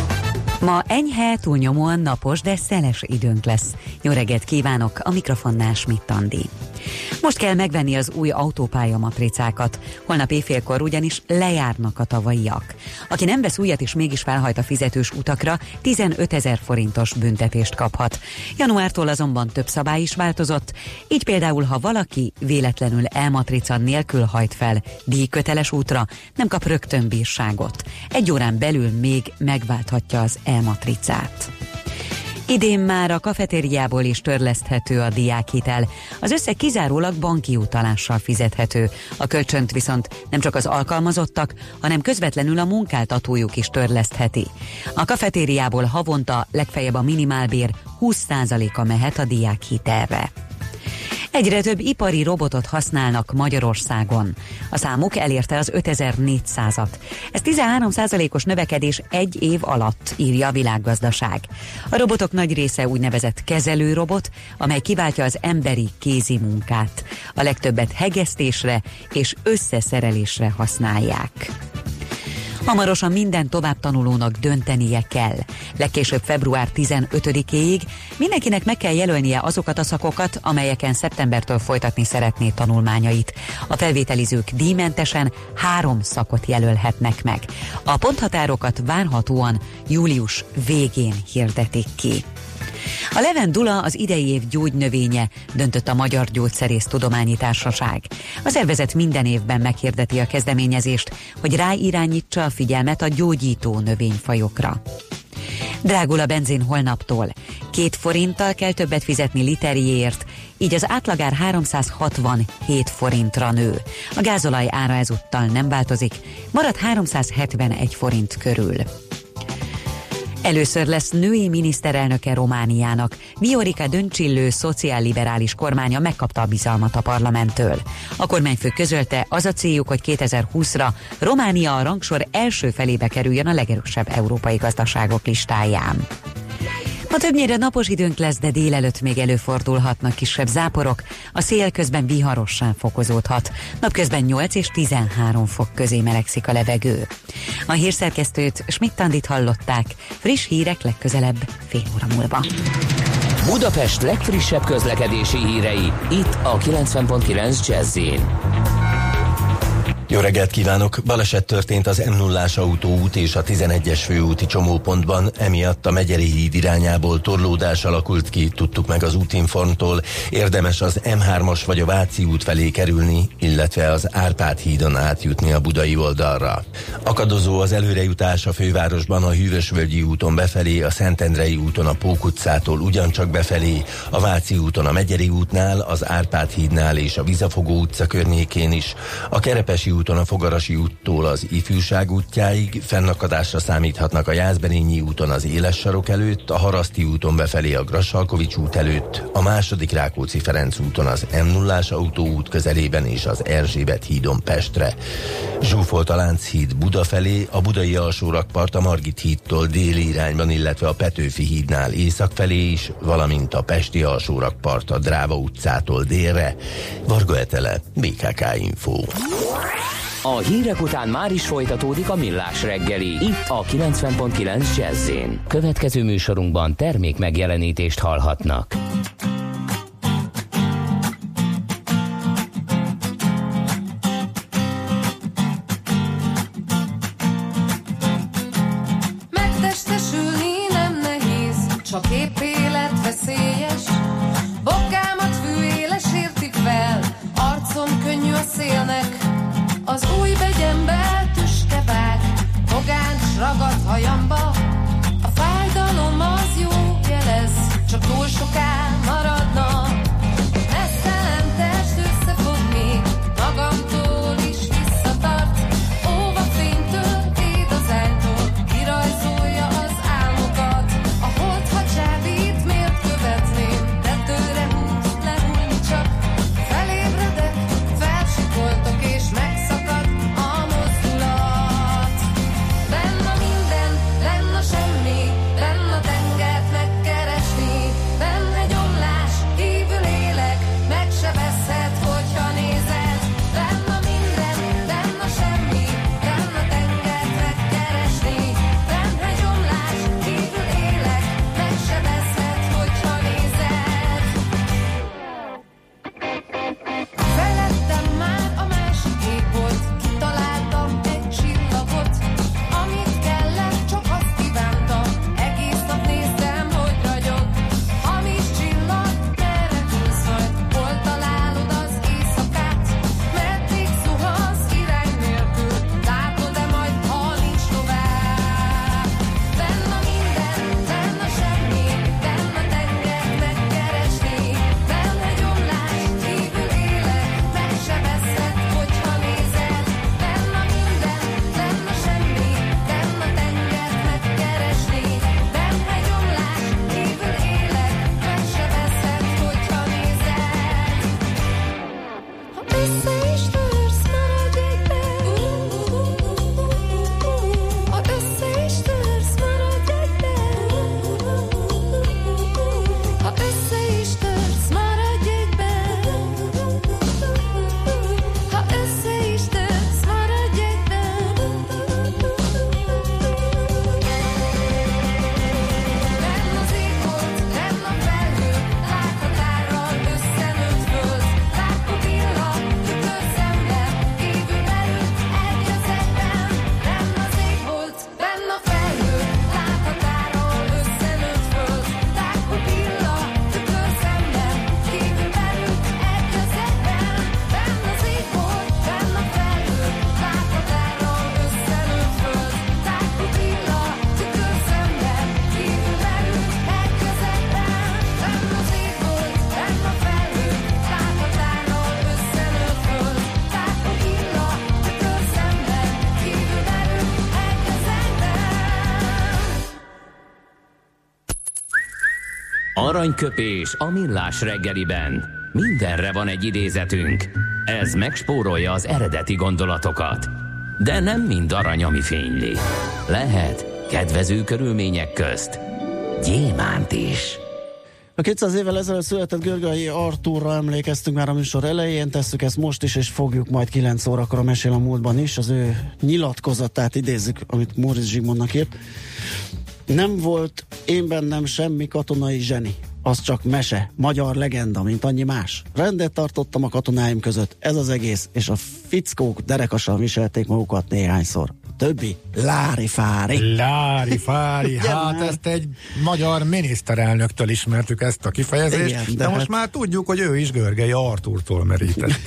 F: Ma enyhe, túlnyomóan napos, de szeles időnk lesz. Jó reggelt kívánok, a mikrofonnál Schmidt-Andi. Most kell megvenni az új autópálya matricákat. Holnap éjfélkor ugyanis lejárnak a tavalyiak. Aki nem vesz újat és mégis felhajt a fizetős utakra, 15 000 forintos büntetést kaphat. Januártól azonban több szabály is változott, így például, ha valaki véletlenül e-matrica nélkül hajt fel díjköteles útra, nem kap rögtön bírságot. 1 órán belül még megválthatja az e-matricát. Idén már a kafetériából is törleszthető a diákhitel. Az összeg kizárólag banki utalással fizethető. A kölcsönt viszont nem csak az alkalmazottak, hanem közvetlenül a munkáltatójuk is törlesztheti. A kafetériából havonta legfeljebb a minimálbér 20%-a mehet a diákhitelre. Egyre több ipari robotot használnak Magyarországon. A számuk elérte az 5400-at. Ez 13%-os növekedés 1 év alatt, írja a Világgazdaság. A robotok nagy része úgynevezett kezelőrobot, amely kiváltja az emberi kézi munkát. A legtöbbet hegesztésre és összeszerelésre használják. Hamarosan minden továbbtanulónak döntenie kell. Legkésőbb február 15-éig mindenkinek meg kell jelölnie azokat a szakokat, amelyeken szeptembertől folytatni szeretné tanulmányait. A felvételizők díjmentesen 3 szakot jelölhetnek meg. A ponthatárokat várhatóan július végén hirdetik ki. A levendula az idei év gyógynövénye, döntött a Magyar Gyógyszerésztudományi Társaság. A szervezet minden évben meghirdeti a kezdeményezést, hogy ráirányítsa a figyelmet a gyógyító növényfajokra. Drágul a benzin holnaptól. 2 forinttal kell többet fizetni literjéért, így az átlagár 367 forintra nő. A gázolaj ára ezúttal nem változik, marad 371 forint körül. Először lesz női miniszterelnöke Romániának. Viorica Dăncilă szociálliberális kormánya megkapta a bizalmat a parlamenttől. A kormányfő közölte, az a céljuk, hogy 2020-ra Románia a rangsor első felébe kerüljön a legerősebb európai gazdaságok listáján. Ma többnyire napos időnk lesz, de délelőtt még előfordulhatnak kisebb záporok, a szél közben viharossá fokozódhat. Napközben 8 és 13 fok közé melegszik a levegő. A hírszerkesztőt, Schmidt-Andit hallották, friss hírek legközelebb fél óra múlva.
A: Budapest legfrissebb közlekedési hírei, itt a 90.9 Jazz-in.
G: Jó reggelt kívánok! Baleset történt az M0-ás autóút és a 11-es főúti csomópontban, emiatt a Megyeri híd irányából torlódás alakult ki, tudtuk meg az Útinformtól. Érdemes az M3-as vagy a Váci út felé kerülni, illetve az Árpád hídon átjutni a budai oldalra. Akadozó az előrejutás a fővárosban a Hűvösvölgyi úton befelé, a Szentendrei úton a Pók utcától ugyancsak befelé, a Váci úton a Megyeri útnál, az Árpád hídnál és a Vizafogó utca környékén is, a Kerepesi úton a Fogarasi úttól az Ifjúság útjáig, fennakadásra számíthatnak a Jászberényi úton az Éles sarok előtt, a Haraszti úton befelé a Grassalkovics út előtt, a második Rákóczi-Ferenc úton az M0-ás autóút közelében és az Erzsébet hídon Pestre. Zsúfolt a Lánchíd Buda felé, a budai alsórakpart a Margit hídtól déli irányban, illetve a Petőfi hídnál észak felé is, valamint a pesti alsórakpart a Dráva utcától délre. Varga Etele, BKK Info.
A: A hírek után már is folytatódik a Millás reggeli, itt a 90.9 Jazz-én. Következő műsorunkban termék megjelenítést hallhatnak.
E: Megtestesülni nem nehéz, csak épp életveszélyes. Bokámat fűéles érti fel, arcom könnyű a szélnek. Az új begyembe tüske vág, fogáncs ragad hajamba. A fájdalom az jó jelez, csak túl soká maradna. Esztelen test összefog még, magamtól is visszatart. Óv a fénytől, véd az ánytól, kirajzolja az álmokat. A hold, ha csábít, miért követném? Tetőre húz, lehúny csak. Felébredek, felsikoltok és megszakad a mozdulat. Benn a minden, benn a semmi, benn a tengert megkeresni. Benn egy omlás, kívül élek, megsebezhet, hogyha nézed. Benn a minden, benn a semmi, benn a tengert megkeresni. Benn egy omlás, kívül élek, megsebezhet, hogyha nézed. Felettem már a másik égbolt, kitaláltam egy csillagot. Amit kellett, csak azt kívántam, egész nap néztem, hogy ragyog. Hamis csillag, merre húz majd, hol találod az éjszakát? Meddig zuhansz irány nélkül, látod-e majd, ha nincs tovább? Benn a minden, benn a semmi, benn a tengert megkeresni. Benn egy omlás, kívül élek, megsebezhet, hogyha nézed. Benn a minden, benn a semmi, benn a tengert megkeresni. Benn egy omlás, kívül élek, megsebezhet, hogyha nézed. Ha össze is törsz, maradj egyben. Ha össze is törsz, maradj egyben. Ha össze is törsz, maradj egyben. Ha össze is törsz, maradj egyben. Benn az égbolt, benn a felhő, látkatárral összenőtt föld. Látkapilla, tükörszemben, kívül belül, egy az egyben. Benn az égbolt, benn a felhő, látkatárral összenőtt föld. Látkapilla, tükörszemben, kívül belül, egy az egyben. Benn az égbolt, benn a felhő, látkatárral összenőtt föld. Látkapilla, tükörszemben, kívül belül, egy az egyben. Benn az égbolt, benn a felhő, látkatárral összenőtt föld. Látkapilla, tükörszemben, kívül belül, egy az egyben.
A: Aranyköpés a Millás reggeliben. Mindenre van egy idézetünk. Ez megspórolja az eredeti gondolatokat. De nem mind arany, ami fényli. Lehet kedvező körülmények közt gyémánt is.
B: A 200 évvel ezelőtt született Görgei Artúrra emlékeztünk már a műsor elején, tesszük ezt most is, és fogjuk majd 9 órakor a Mesél a múltban is. Az ő nyilatkozatát idézzük, amit Móricz Zsigmondnak írt. Nem volt én bennem semmi katonai zseni, az csak mese, magyar legenda, mint annyi más. Rendet tartottam a katonáim között, ez az egész, és a fickók derekasan viselték magukat néhányszor. Többi lári-fári.
C: Lári-fári, hát ezt egy magyar miniszterelnöktől ismertük ezt a kifejezést, igen, de most már tudjuk, hogy ő is Görgei Artúrtól merített.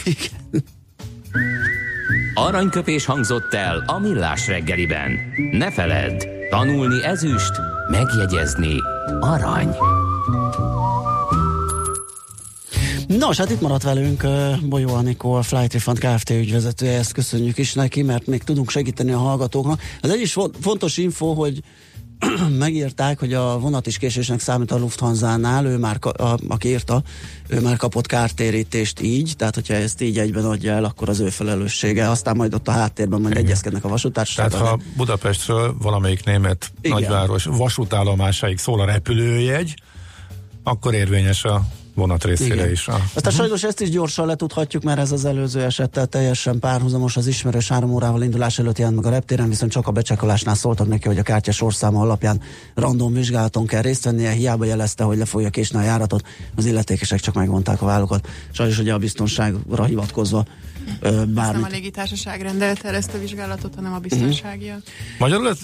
A: Aranyköpés hangzott el a Millás reggeliben. Ne feledd, tanulni ezüst, megjegyezni arany.
B: Nos, hát itt maradt velünk Bolyó Anikó, a Flight Refund Kft. Ügyvezetője, ezt köszönjük is neki, mert még tudunk segíteni a hallgatóknak. Az egy is fontos info, hogy megírták, hogy a vonat is késésnek számít a Lufthansa-nál, ő már, aki írta, ő már kapott kártérítést így, tehát hogyha ezt így egyben adja el, akkor az ő felelőssége. Aztán majd ott a háttérben majd egyezkednek a vasútársasággal.
C: Tehát ha Budapestről valamelyik német nagyváros vasútállomásáig szól a repülőjegy, akkor érvényes a vonat részére is.
B: Aztán sajnos ezt is gyorsan letudhatjuk, mert ez az előző esettel teljesen párhuzamos. Az ismerős 3 órával indulás előtt jelent meg a reptéren, viszont csak a becsekolásnál szóltak neki, hogy a kártya sorszáma alapján random vizsgálaton kell részt vennie, hiába jelezte, hogy le fogja késni a járatot, az illetékesek csak megvonták a vállukat. Sajnos ugye a biztonságra hivatkozva bármit.
D: Nem a légitársaság rendelte el ezt a vizsgálatot, hanem a biztonságia.
C: Magyarul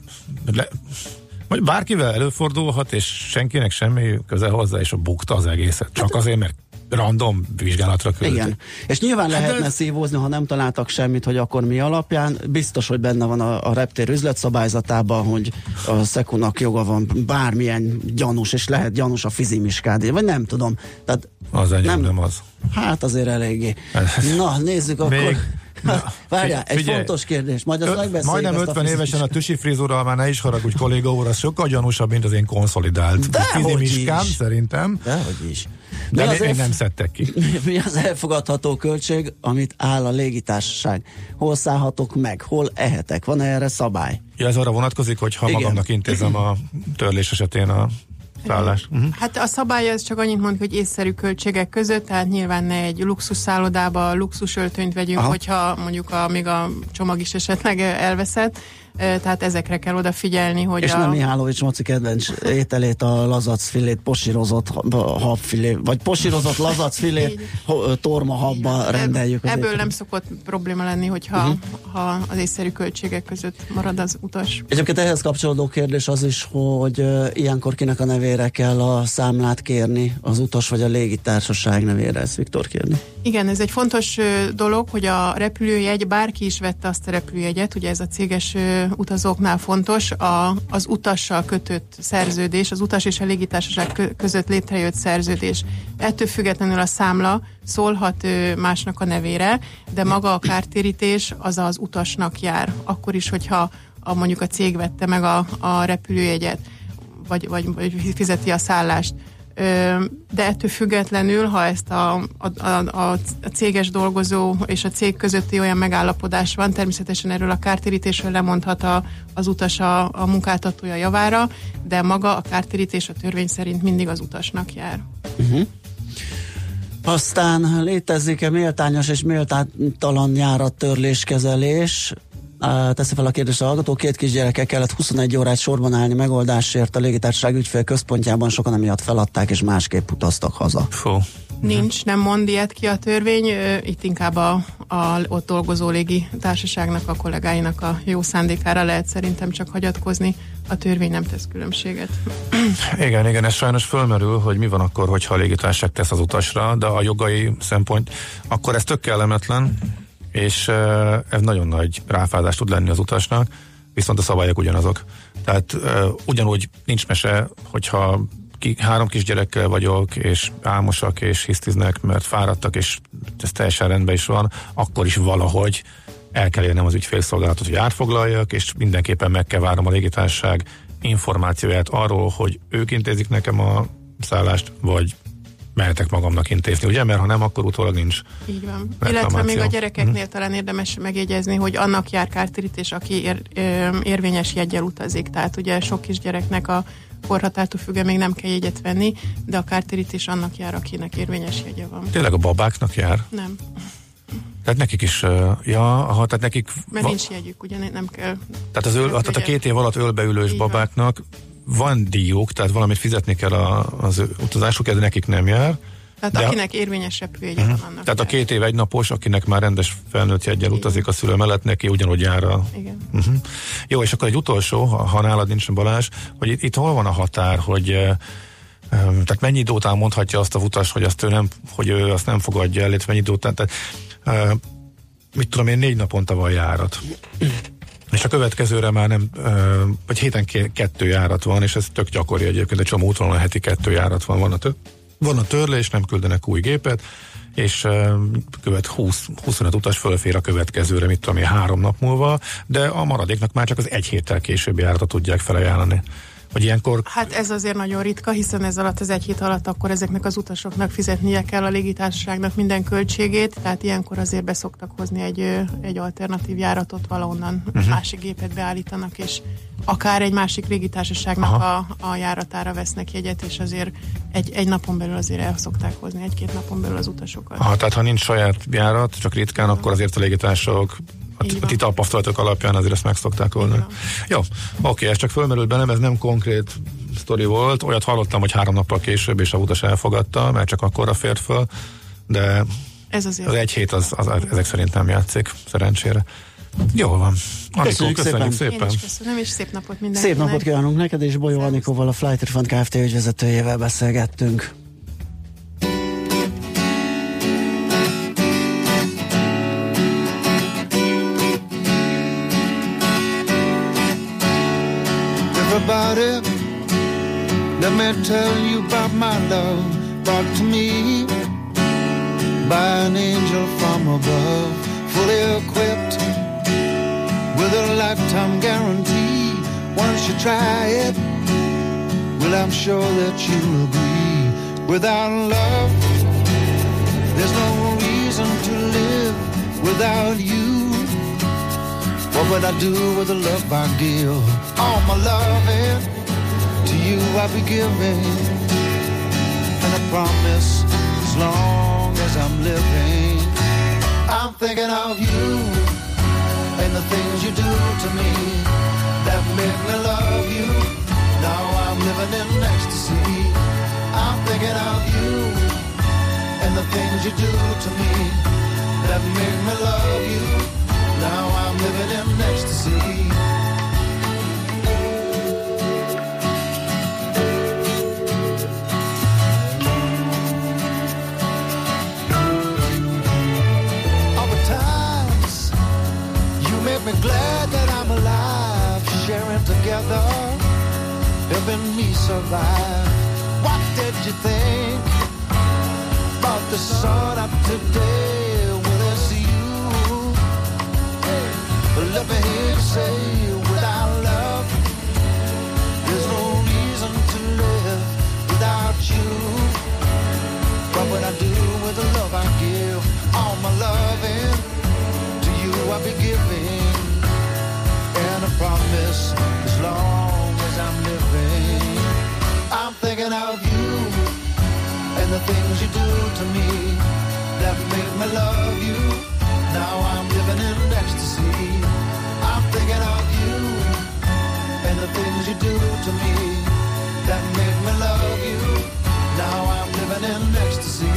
C: vagy bárkivel előfordulhat, és senkinek semmi köze hozzá, és a bukta az egészet. Csak azért, mert random vizsgálatra küldték. Igen.
B: És nyilván lehetne szívózni, ha nem találtak semmit, hogy akkor mi alapján. Biztos, hogy benne van a reptér üzletszabályzatában, hogy a Szekunak joga van bármilyen gyanús, és lehet gyanús a Fizimiskádé, vagy nem tudom. Tehát
C: az enyém nem az.
B: Hát azért eléggé. Na, nézzük akkor. Várjál, egy fontos kérdés, majd azt megbeszéljük.
C: Majdnem 50 évesen a tüsi frizurral, már ne is haragudj, kolléga úr, az sokkal gyanúsabb, mint az én konszolidált fizimiskám, szerintem.
B: Dehogy is.
C: De még nem szedtek ki.
B: Mi az elfogadható költség, amit áll a légitársaság? Hol szállhatok meg? Hol ehetek? Van erre szabály?
C: Ja, ez arra vonatkozik, hogy ha magamnak intézem a törlés esetén a szállást.
D: Hát a szabály az csak annyit mond, hogy észszerű költségek között, tehát nyilván ne egy luxus szállodába luxus öltönyt vegyünk, hogyha mondjuk még a csomag is esetleg elveszett. Tehát ezekre kell odafigyelni, hogy
B: és nem Mihálovics Moci kedvenc ételét, a lazacfilét, posírozott habfilé, vagy posírozott lazacfilét tormahabba rendeljük.
D: Ebből nem szokott probléma lenni, hogyha ha az észszerű költségek között marad az utas.
B: Egyébként ehhez kapcsolódó kérdés az is, hogy ilyenkor kinek a nevére kell a számlát kérni, az utas vagy a légitársaság nevére, ezt Viktor kérni.
D: Igen, ez egy fontos dolog, hogy a repülőjegy, bárki is vette azt a repülőjegyet, ugye ez a céges utazóknál fontos, az utassal kötött szerződés, az utas és a légitársaság között létrejött szerződés. Ettől függetlenül a számla szólhat másnak a nevére, de maga a kártérítés az az utasnak jár. Akkor is, hogyha mondjuk a cég vette meg a repülőjegyet, vagy fizeti a szállást. De ettől függetlenül, ha ezt a céges dolgozó és a cég közötti olyan megállapodás van, természetesen erről a kártérítésről lemondhat az utas a munkáltatója javára, de maga a kártérítés a törvény szerint mindig az utasnak jár.
B: Aztán létezik-e méltányos és méltánytalan járattörléskezelés? Teszi fel a kérdést a hallgató, 2 kisgyerekkel kellett 21 órát sorban állni megoldásért a légitársaság ügyfélközpontjában, sokan emiatt feladták és másképp utaztak haza.
D: Nincs, nem mond ilyet ki a törvény, itt inkább a ott dolgozó légitársaságnak, a kollégáinak a jó szándékára lehet szerintem csak hagyatkozni, a törvény nem tesz különbséget.
C: Igen, ez sajnos fölmerül, hogy mi van akkor, hogyha a légitársaság tesz az utasra, de a jogai szempont, akkor ez tök kellemetlen, és ez nagyon nagy ráfázás tud lenni az utasnak, viszont a szabályok ugyanazok. Tehát ugyanúgy nincs mese, hogyha 3 kisgyerekkel vagyok, és álmosak, és hisztiznek, mert fáradtak, és ez teljesen rendben is van, akkor is valahogy el kell érnem az ügyfélszolgálatot, hogy átfoglaljak, és mindenképpen meg kell várnom a légitársaság információját arról, hogy ők intézik nekem a szállást, vagy mehetek magamnak intézni, ugye? Mert ha nem, akkor utólag nincs.
D: Így van. Illetve még a gyerekeknél talán érdemes megjegyezni, hogy annak jár kártérítés, aki érvényes jeggyel utazik. Tehát ugye sok kisgyereknek a korhatártól függően még nem kell jegyet venni, de a kártérítés annak jár, akinek érvényes jegye van.
C: Tényleg a babáknak jár?
D: Nem.
C: Tehát nekik is, tehát nekik...
D: Mert nincs jegyük, ugye nem kell...
C: Tehát a 2 év alatt ölbeülős babáknak van díjuk, tehát valamit fizetni kell az utazásukért, de nekik nem jár.
D: Tehát akinek érvényes repülőjegye van, annak
C: tehát a 2 év 1 napos, akinek már rendes felnőtt jeggyel utazik a szülő mellett, neki ugyanúgy jár a...
D: Igen.
C: Jó, és akkor egy utolsó, ha nálad nincs Balázs, hogy itt hol van a határ, hogy tehát mennyi idő után mondhatja azt a utas, hogy ő azt nem fogadja el, illetve mennyi idő után, tehát mit tudom én, 4 naponta van járat. És a következőre már nem, vagy héten 2 járat van, és ez tök gyakori egyébként, egy csomó útvonalon heti 2 járat van a több. Van a törlés, nem küldenek új gépet, és követ 25 utas fölfér a következőre, mit tudom én, 3 nap múlva, de a maradéknak már csak az 1 héttel későbbi járatot tudják felajánlani. Hogy ilyenkor...
D: Hát ez azért nagyon ritka, hiszen ez alatt az 1 hét alatt akkor ezeknek az utasoknak fizetnie kell a légitársaságnak minden költségét, tehát ilyenkor azért beszoktak hozni egy alternatív járatot, valahonnan másik gépet beállítanak, és akár egy másik légitársaságnak a járatára vesznek jegyet, és azért egy napon belül azért el szokták hozni, 1-2 napon belül az utasokat.
C: Tehát ha nincs saját járat, csak ritkán, akkor azért a légitársaságok a ti tapasztalatok alapján azért ezt meg szokták oldani. Jó, oké, ez csak fölmerült bennem, ez nem konkrét sztori volt, olyat hallottam, hogy 3 nappal később, és a utas elfogadta, mert csak akkorra fért föl, de
D: ez azért
C: az 1 hét az ezek szerint nem játszik, szerencsére. Jól van. Anikó, köszönjük szépen.
D: Én is köszönöm, és szép napot mindenkinek.
B: Szép napot kívánunk neked, és Bolyó Anikóval, a Flight Refund Kft. Ügyvezetőjével beszélgettünk.
H: Everybody, let me tell you about my love brought to me by an angel from above, fully equipped with a lifetime guarantee. Once you try it, well, I'm sure that you'll agree. Without love, there's no reason to live. Without you, what would I do with the love I give? All my loving to you I'll be giving, and I promise as long as I'm living, I'm thinking of you and the things you do to me that make me love you. Now I'm living in ecstasy. I'm thinking of you and the things you do to me that make me love you. Now I'm living in ecstasy. All the times you make me glad that I'm alive, sharing together, helping me survive. What did you think about the sun up today? Let me hear you say, without love, there's no reason to live. Without you, what would I do with the love I give? All my loving to you I'll be giving, and I promise as long as I'm living, I'm thinking of you and the things you do to me that make me love you. Now I'm living in ecstasy. I'm thinking of you and the things you do to me that make me love you. Now I'm living in ecstasy.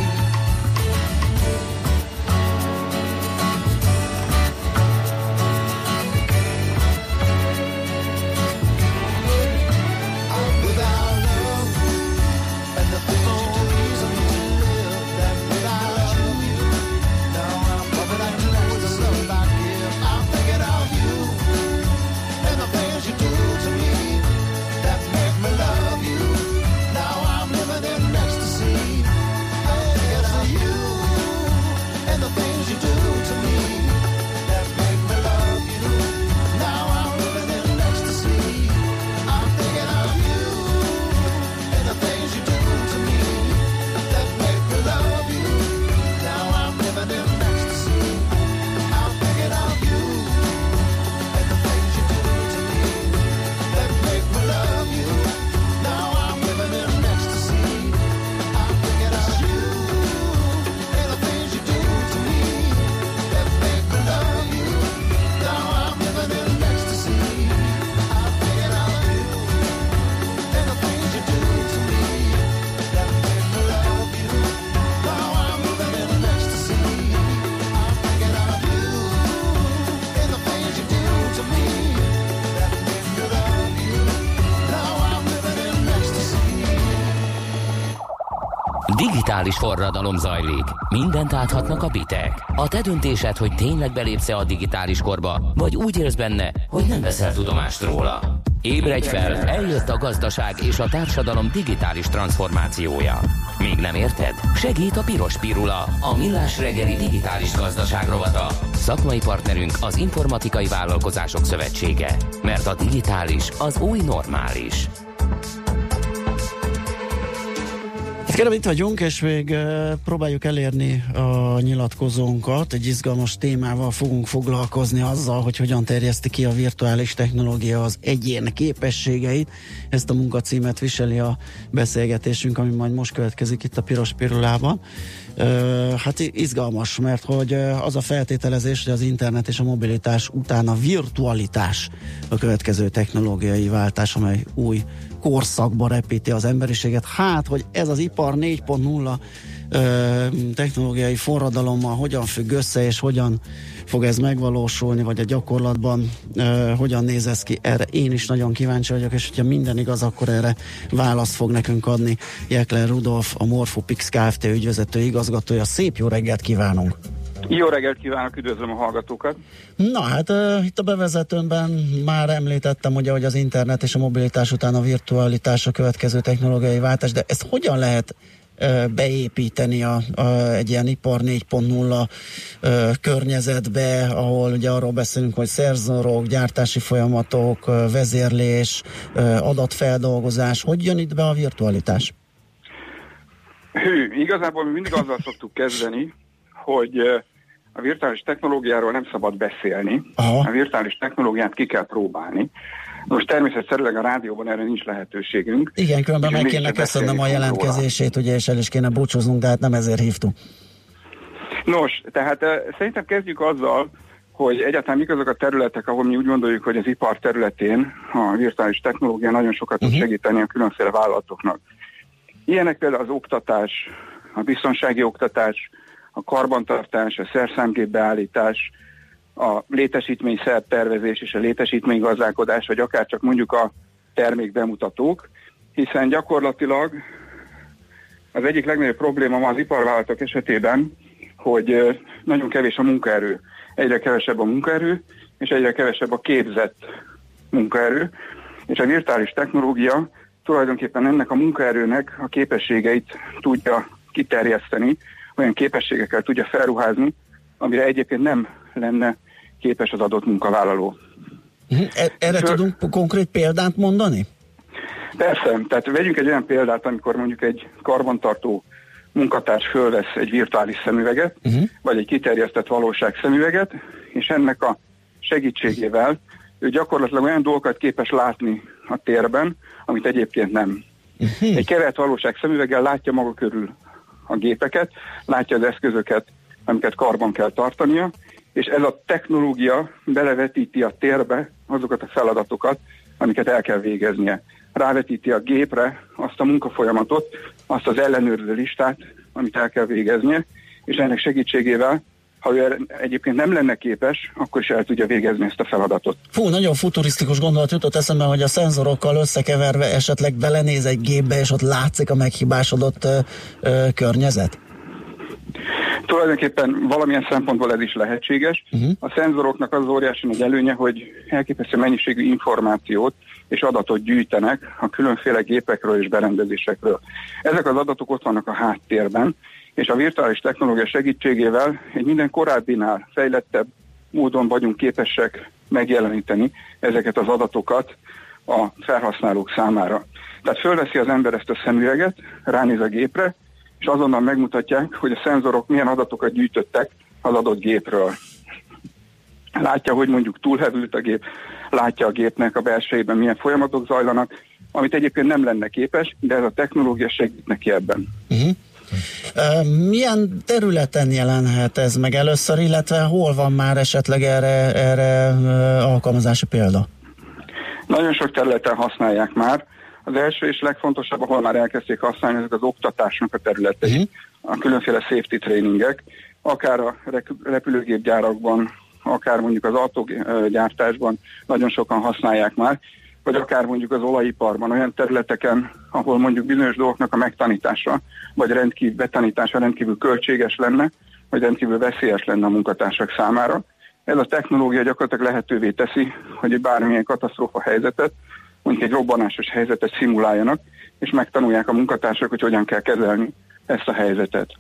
H: Without love and the things you do to me that without you, now I'm living in ecstasy. I'm thinking of you and the things you do to me that make me love you. Now I'm living in ecstasy. I'm thinking of you and the things you do to me that make me love you. Now I'm living in ecstasy. I'm thinking of you and the things you do to me that make me love you. Now I'm living in ecstasy. I'm thinking of you and the things you do to me that make me love you. Now I'm living in ecstasy. I'm thinking of you and the things you do to me that make me love you. Now I'm living in ecstasy. I'm thinking of you and the things you do to me that make me love you. Now I'm living in ecstasy. I'm thinking of you and the things you do to me that make me love you. Now I'm living in ecstasy.
A: Digitális forradalom zajlik. Mindent áthatnak a bitek. A te döntésed, hogy tényleg belépsz-e a digitális korba, vagy úgy élsz benne, hogy nem veszel tudomást róla. Ébredj fel, eljött a gazdaság és a társadalom digitális transformációja. Még nem érted? Segít a Piros Pirula, a Millás reggeli digitális gazdaság rovata. Szakmai partnerünk az Informatikai Vállalkozások Szövetsége. Mert a digitális az új normális.
B: Kérem, itt vagyunk, és még próbáljuk elérni a nyilatkozónkat. Egy izgalmas témával fogunk foglalkozni, azzal, hogy hogyan terjeszti ki a virtuális technológia az egyén képességeit. Ezt a munkacímet viseli a beszélgetésünk, ami majd most következik itt a Piros Pirulában. Hát izgalmas, mert hogy az a feltételezés, hogy az internet és a mobilitás után a virtualitás a következő technológiai váltás, amely új korszakba repíti az emberiséget. Hát, hogy ez az ipar 4.0 technológiai forradalommal hogyan függ össze, és hogyan fog ez megvalósulni, vagy a gyakorlatban hogyan néz ez ki, erre én is nagyon kíváncsi vagyok, és hogyha minden igaz, akkor erre választ fog nekünk adni Jekler Rudolf, a Morphopix Kft. Ügyvezető igazgatója. Szép jó reggelt kívánunk!
I: Jó reggelt kívánok, üdvözlöm a hallgatókat!
B: Na hát itt a bevezetőmben már említettem, ugye, hogy az internet és a mobilitás után a virtualitás a következő technológiai váltás, de ezt hogyan lehet beépíteni egy ilyen ipar 4.0 környezetbe, ahol ugye arról beszélünk, hogy szerzorok, gyártási folyamatok, vezérlés, adatfeldolgozás. Hogy jön itt be a virtualitás?
I: Igazából mi mindig azzal szoktuk kezdeni, hogy a virtuális technológiáról nem szabad beszélni. Aha. A virtuális technológiát ki kell próbálni. Most természetesen a rádióban erre nincs lehetőségünk.
B: Igen, különben meg kéne köszönnöm a jelentkezését, ugye, és el is kéne búcsúznunk, de hát nem ezért hívtunk. Nos,
I: tehát szerintem kezdjük azzal, hogy egyáltalán mik azok a területek, ahol mi úgy gondoljuk, hogy az ipar területén a virtuális technológia nagyon sokat tud segíteni a különféle vállalatoknak. Ilyenek például az oktatás, a biztonsági oktatás, a karbantartás, a szerszámgépbeállítás, a létesítményszertervezés és a létesítménygazdálkodás, vagy akár csak mondjuk a termékbemutatók, hiszen gyakorlatilag az egyik legnagyobb probléma ma az iparvállalatok esetében, hogy nagyon kevés a munkaerő. Egyre kevesebb a munkaerő, és egyre kevesebb a képzett munkaerő, és a virtuális technológia tulajdonképpen ennek a munkaerőnek a képességeit tudja kiterjeszteni, olyan képességekkel tudja felruházni, amire egyébként nem lenne képes az adott munkavállaló.
B: Erre tudunk konkrét példát mondani?
I: Persze, tehát vegyünk egy olyan példát, amikor mondjuk egy karbantartó munkatárs fölvesz egy virtuális szemüveget, vagy egy kiterjesztett valóság szemüveget, és ennek a segítségével ő gyakorlatilag olyan dolgokat képes látni a térben, amit egyébként nem. Egy kevert valóság szemüveggel látja maga körül a gépeket, látja az eszközöket, amiket karban kell tartania, és ez a technológia belevetíti a térbe azokat a feladatokat, amiket el kell végeznie. Rávetíti a gépre azt a munkafolyamatot, azt az ellenőrző listát, amit el kell végeznie, és ennek segítségével, ha ő egyébként nem lenne képes, akkor is el tudja végezni ezt a feladatot.
B: Fú, nagyon futurisztikus gondolat jutott eszembe, hogy a szenzorokkal összekeverve esetleg belenéz egy gépbe, és ott látszik a meghibásodott környezet?
I: Tulajdonképpen valamilyen szempontból ez is lehetséges. A szenzoroknak az óriási nagy előnye, hogy elképesztő mennyiségű információt és adatot gyűjtenek a különféle gépekről és berendezésekről. Ezek az adatok ott vannak a háttérben, és a virtuális technológia segítségével egy minden korábbinál fejlettebb módon vagyunk képesek megjeleníteni ezeket az adatokat a felhasználók számára. Tehát fölveszi az ember ezt a szemüveget, ránéz a gépre, és azonnal megmutatják, hogy a szenzorok milyen adatokat gyűjtöttek az adott gépről. Látja, hogy mondjuk túlhevült a gép, látja a gépnek a belsejében milyen folyamatok zajlanak, amit egyébként nem lenne képes, de ez a technológia segít neki ebben.
B: Milyen területen jelenhet ez meg először, illetve hol van már esetleg erre alkalmazási példa?
I: Nagyon sok területen használják már. Az első és legfontosabb, ahol már elkezdték használni, ezek az oktatásnak a területei, a különféle safety trainingek, akár a repülőgépgyárakban, akár mondjuk az autógyártásban nagyon sokan használják már, vagy akár mondjuk az olajiparban, olyan területeken, ahol mondjuk bizonyos dolgoknak a megtanítása, vagy betanítása rendkívül költséges lenne, vagy rendkívül veszélyes lenne a munkatársak számára. Ez a technológia gyakorlatilag lehetővé teszi, hogy bármilyen katasztrófa helyzetet mondjuk egy robbanásos helyzetet szimuláljanak, és megtanulják a munkatársak, hogy hogyan kell kezelni ezt a helyzetet.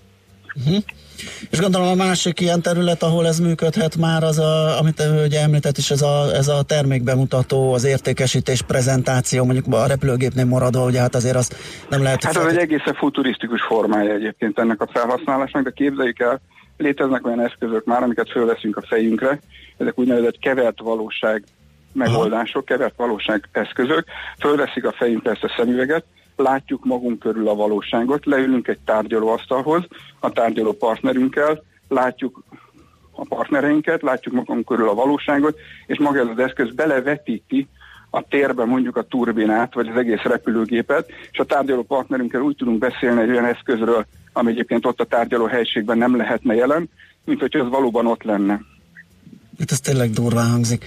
B: És gondolom a másik ilyen terület, ahol ez működhet már, az amit ugye említett is, ez a termékbemutató, az értékesítés, prezentáció, mondjuk a repülőgépnél maradva, ugye hát azért az nem lehet...
I: Hát az egy egészen futurisztikus formája egyébként ennek a felhasználásnak, de képzeljük el, léteznek olyan eszközök már, amiket fölveszünk a fejünkre, ezek úgynevezett kevert valóság megoldások, kevert valóság eszközök, fölveszik a fejünkre ezt a szemüveget, látjuk magunk körül a valóságot, leülünk egy tárgyalóasztalhoz, a tárgyaló partnerünkkel, látjuk a partnereinket, látjuk magunk körül a valóságot, és maga ez az eszköz belevetíti a térbe mondjuk a turbinát, vagy az egész repülőgépet, és a tárgyaló partnerünkkel úgy tudunk beszélni egy olyan eszközről, ami egyébként ott a tárgyaló helységben nem lehetne jelen, mint hogy az valóban ott lenne.
B: Itt ez tényleg durván hangzik.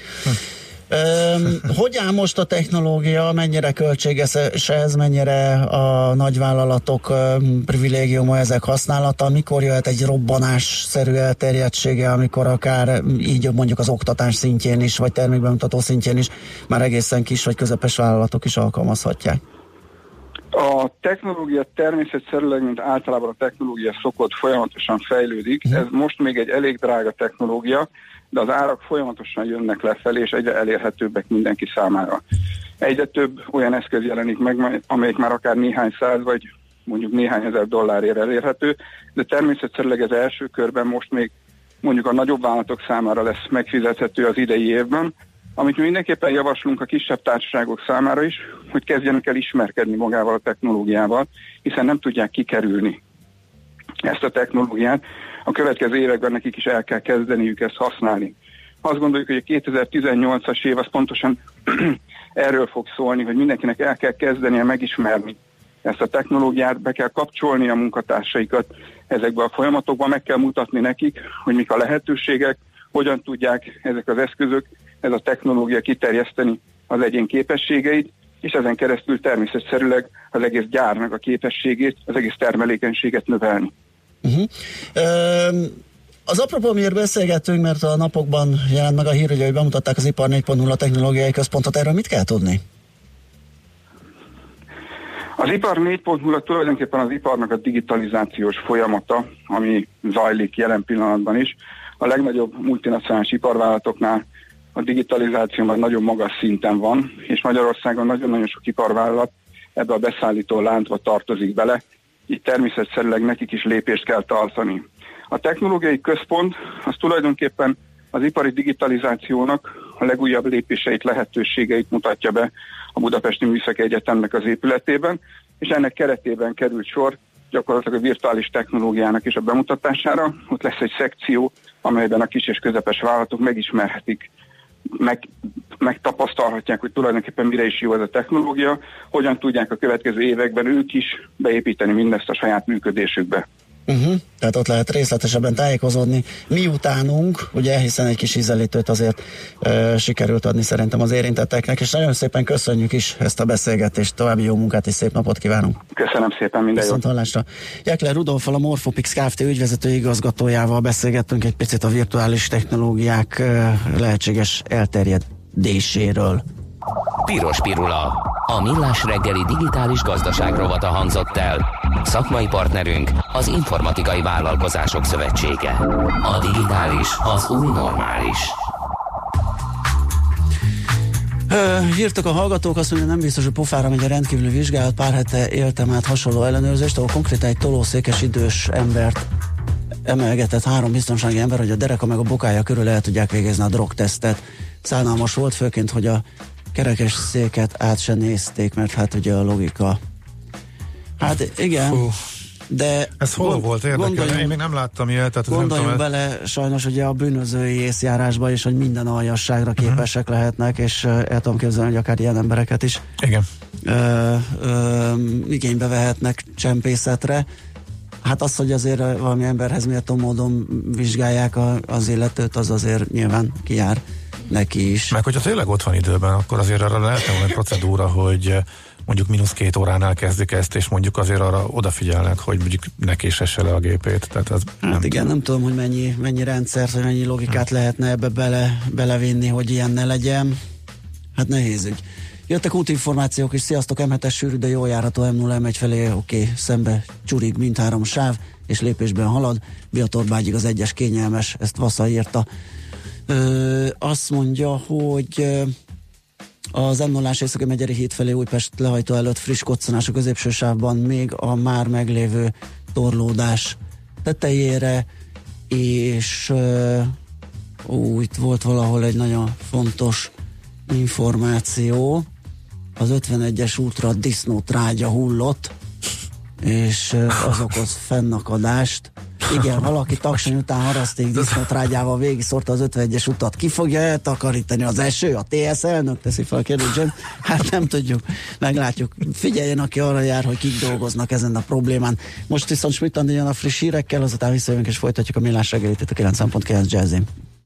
B: Hogy áll most a technológia, mennyire költséges ez, mennyire a nagyvállalatok privilégiuma ezek használata, mikor jöhet egy robbanásszerű elterjedtsége, amikor akár így mondjuk az oktatás szintjén is, vagy termékbemutató szintjén is már egészen kis vagy közepes vállalatok is alkalmazhatják?
I: A technológia természetszerűleg, mint általában a technológia szokott, folyamatosan fejlődik. Ez most még egy elég drága technológia, de az árak folyamatosan jönnek lefelé, és egyre elérhetőbbek mindenki számára. Egyre több olyan eszköz jelenik meg, amelyik már akár néhány száz, vagy mondjuk néhány ezer dollárért elérhető, de természetszerűleg ez első körben most még mondjuk a nagyobb vállalatok számára lesz megfizethető az idei évben, amit mi mindenképpen javaslunk a kisebb társaságok számára is, hogy kezdjenek el ismerkedni magával a technológiával, hiszen nem tudják kikerülni ezt a technológiát. A következő években nekik is el kell kezdeniük ezt használni. Azt gondoljuk, hogy a 2018-as év az pontosan erről fog szólni, hogy mindenkinek el kell kezdenie megismerni ezt a technológiát, be kell kapcsolni a munkatársaikat ezekbe a folyamatokba, meg kell mutatni nekik, hogy mik a lehetőségek, hogyan tudják ezek az eszközök, ez a technológia kiterjeszteni az egyén képességeit, és ezen keresztül természetszerűleg az egész gyárnak a képességét, az egész termelékenységet növelni.
B: Az apropó, miért beszélgettünk, mert a napokban jelent meg a hír, hogy bemutatták az Ipar 4.0 technológiai központot, erről mit kell tudni?
I: Az Ipar 4.0 tulajdonképpen az iparnak a digitalizációs folyamata, ami zajlik jelen pillanatban is. A legnagyobb multinacionális iparvállalatoknál a digitalizáció már nagyon magas szinten van, és Magyarországon nagyon-nagyon sok iparvállalat ebbe a beszállító láncba tartozik bele, így természetszerűleg nekik is lépést kell tartani. A technológiai központ az tulajdonképpen az ipari digitalizációnak a legújabb lépéseit, lehetőségeit mutatja be a Budapesti Műszaki Egyetemnek az épületében, és ennek keretében került sor gyakorlatilag a virtuális technológiának is a bemutatására. Ott lesz egy szekció, amelyben a kis és közepes vállalatok megismerhetik, megtapasztalhatják, hogy tulajdonképpen mire is jó ez a technológia, hogyan tudják a következő években ők is beépíteni mindezt a saját működésükbe.
B: Tehát ott lehet részletesebben tájékozódni miutánunk, ugye, hiszen egy kis ízelítőt azért sikerült adni szerintem az érintetteknek, és nagyon szépen köszönjük is ezt a beszélgetést, további jó munkát és szép napot kívánunk.
I: Köszönöm szépen, minden jót.
B: Viszonthallásra. Jekler Rudolffal, a Morphopix Kft. Ügyvezető igazgatójával beszélgettünk egy picit a virtuális technológiák lehetséges elterjedéséről.
A: Piros pirula. A millás reggeli digitális gazdaság rovata hangzott el. Szakmai partnerünk az Informatikai Vállalkozások Szövetsége. A digitális az új normális.
B: Írtak a hallgatók, azt mondja, nem biztos, hogy pofára megy a rendkívüli vizsgálat. Pár hete éltem át hasonló ellenőrzést, ahol konkrétan egy tolószékes idős embert emelgetett 3 biztonsági ember, hogy a dereka meg a bokája körül el tudják végezni a drogtesztet. Szánalmas volt, főként, hogy a kerekes széket át se nézték, mert hát ugye a logika. Hát igen, de...
C: Ez hol volt érdekel? Én még nem láttam ilyet. Tehát
B: gondoljunk bele sajnos ugye a bűnözői észjárásba is, hogy minden aljasságra képesek lehetnek, és el tudom képzelni, hogy akár ilyen embereket is igénybe vehetnek csempészetre. Hát az, hogy azért valami emberhez méltó módon vizsgálják az illetőt, az azért nyilván kijár neki is.
C: Meg hogyha tényleg ott van időben, akkor azért arra lehetne olyan procedúra, hogy mondjuk -2 óránál kezdik ezt, és mondjuk azért arra odafigyelnek, hogy mondjuk ne késesse le a gépét. Tehát az
B: hát igen, nem tudom, hogy mennyi rendszert, vagy mennyi logikát lehetne ebbe belevinni, hogy ilyen ne legyen. Hát nehéz ügy. Jöttek útinformációk is, sziasztok, M7-es sűrű, de jól járható, M0 M1 felé, oké, szembe csurig mindhárom sáv, és lépésben halad, Biatorbágyig az 1-es kényelmes, ezt Vasza írta. Azt mondja, hogy az M0-ás Északi Megyeri híd felé Újpest lehajtó előtt friss koccanás a középső sávban, még a már meglévő torlódás tetejére, és itt volt valahol egy nagyon fontos információ, az 51-es útra disznótrágya hullott, és az okoz fennakadást. Igen, valaki Taksony után haraszték disznótrágyával végigszórta az 51-es utat. Ki fogja eltakarítani, az eső? A TSZ elnök teszi fel a kérdést? Hát nem tudjuk, meglátjuk. Figyeljen, aki arra jár, hogy kik dolgoznak ezen a problémán. Most viszont Schmidt Andi jön a friss hírekkel, azután visszajövünk és folytatjuk a Millás reggelit itt a 9.9 Jazzin.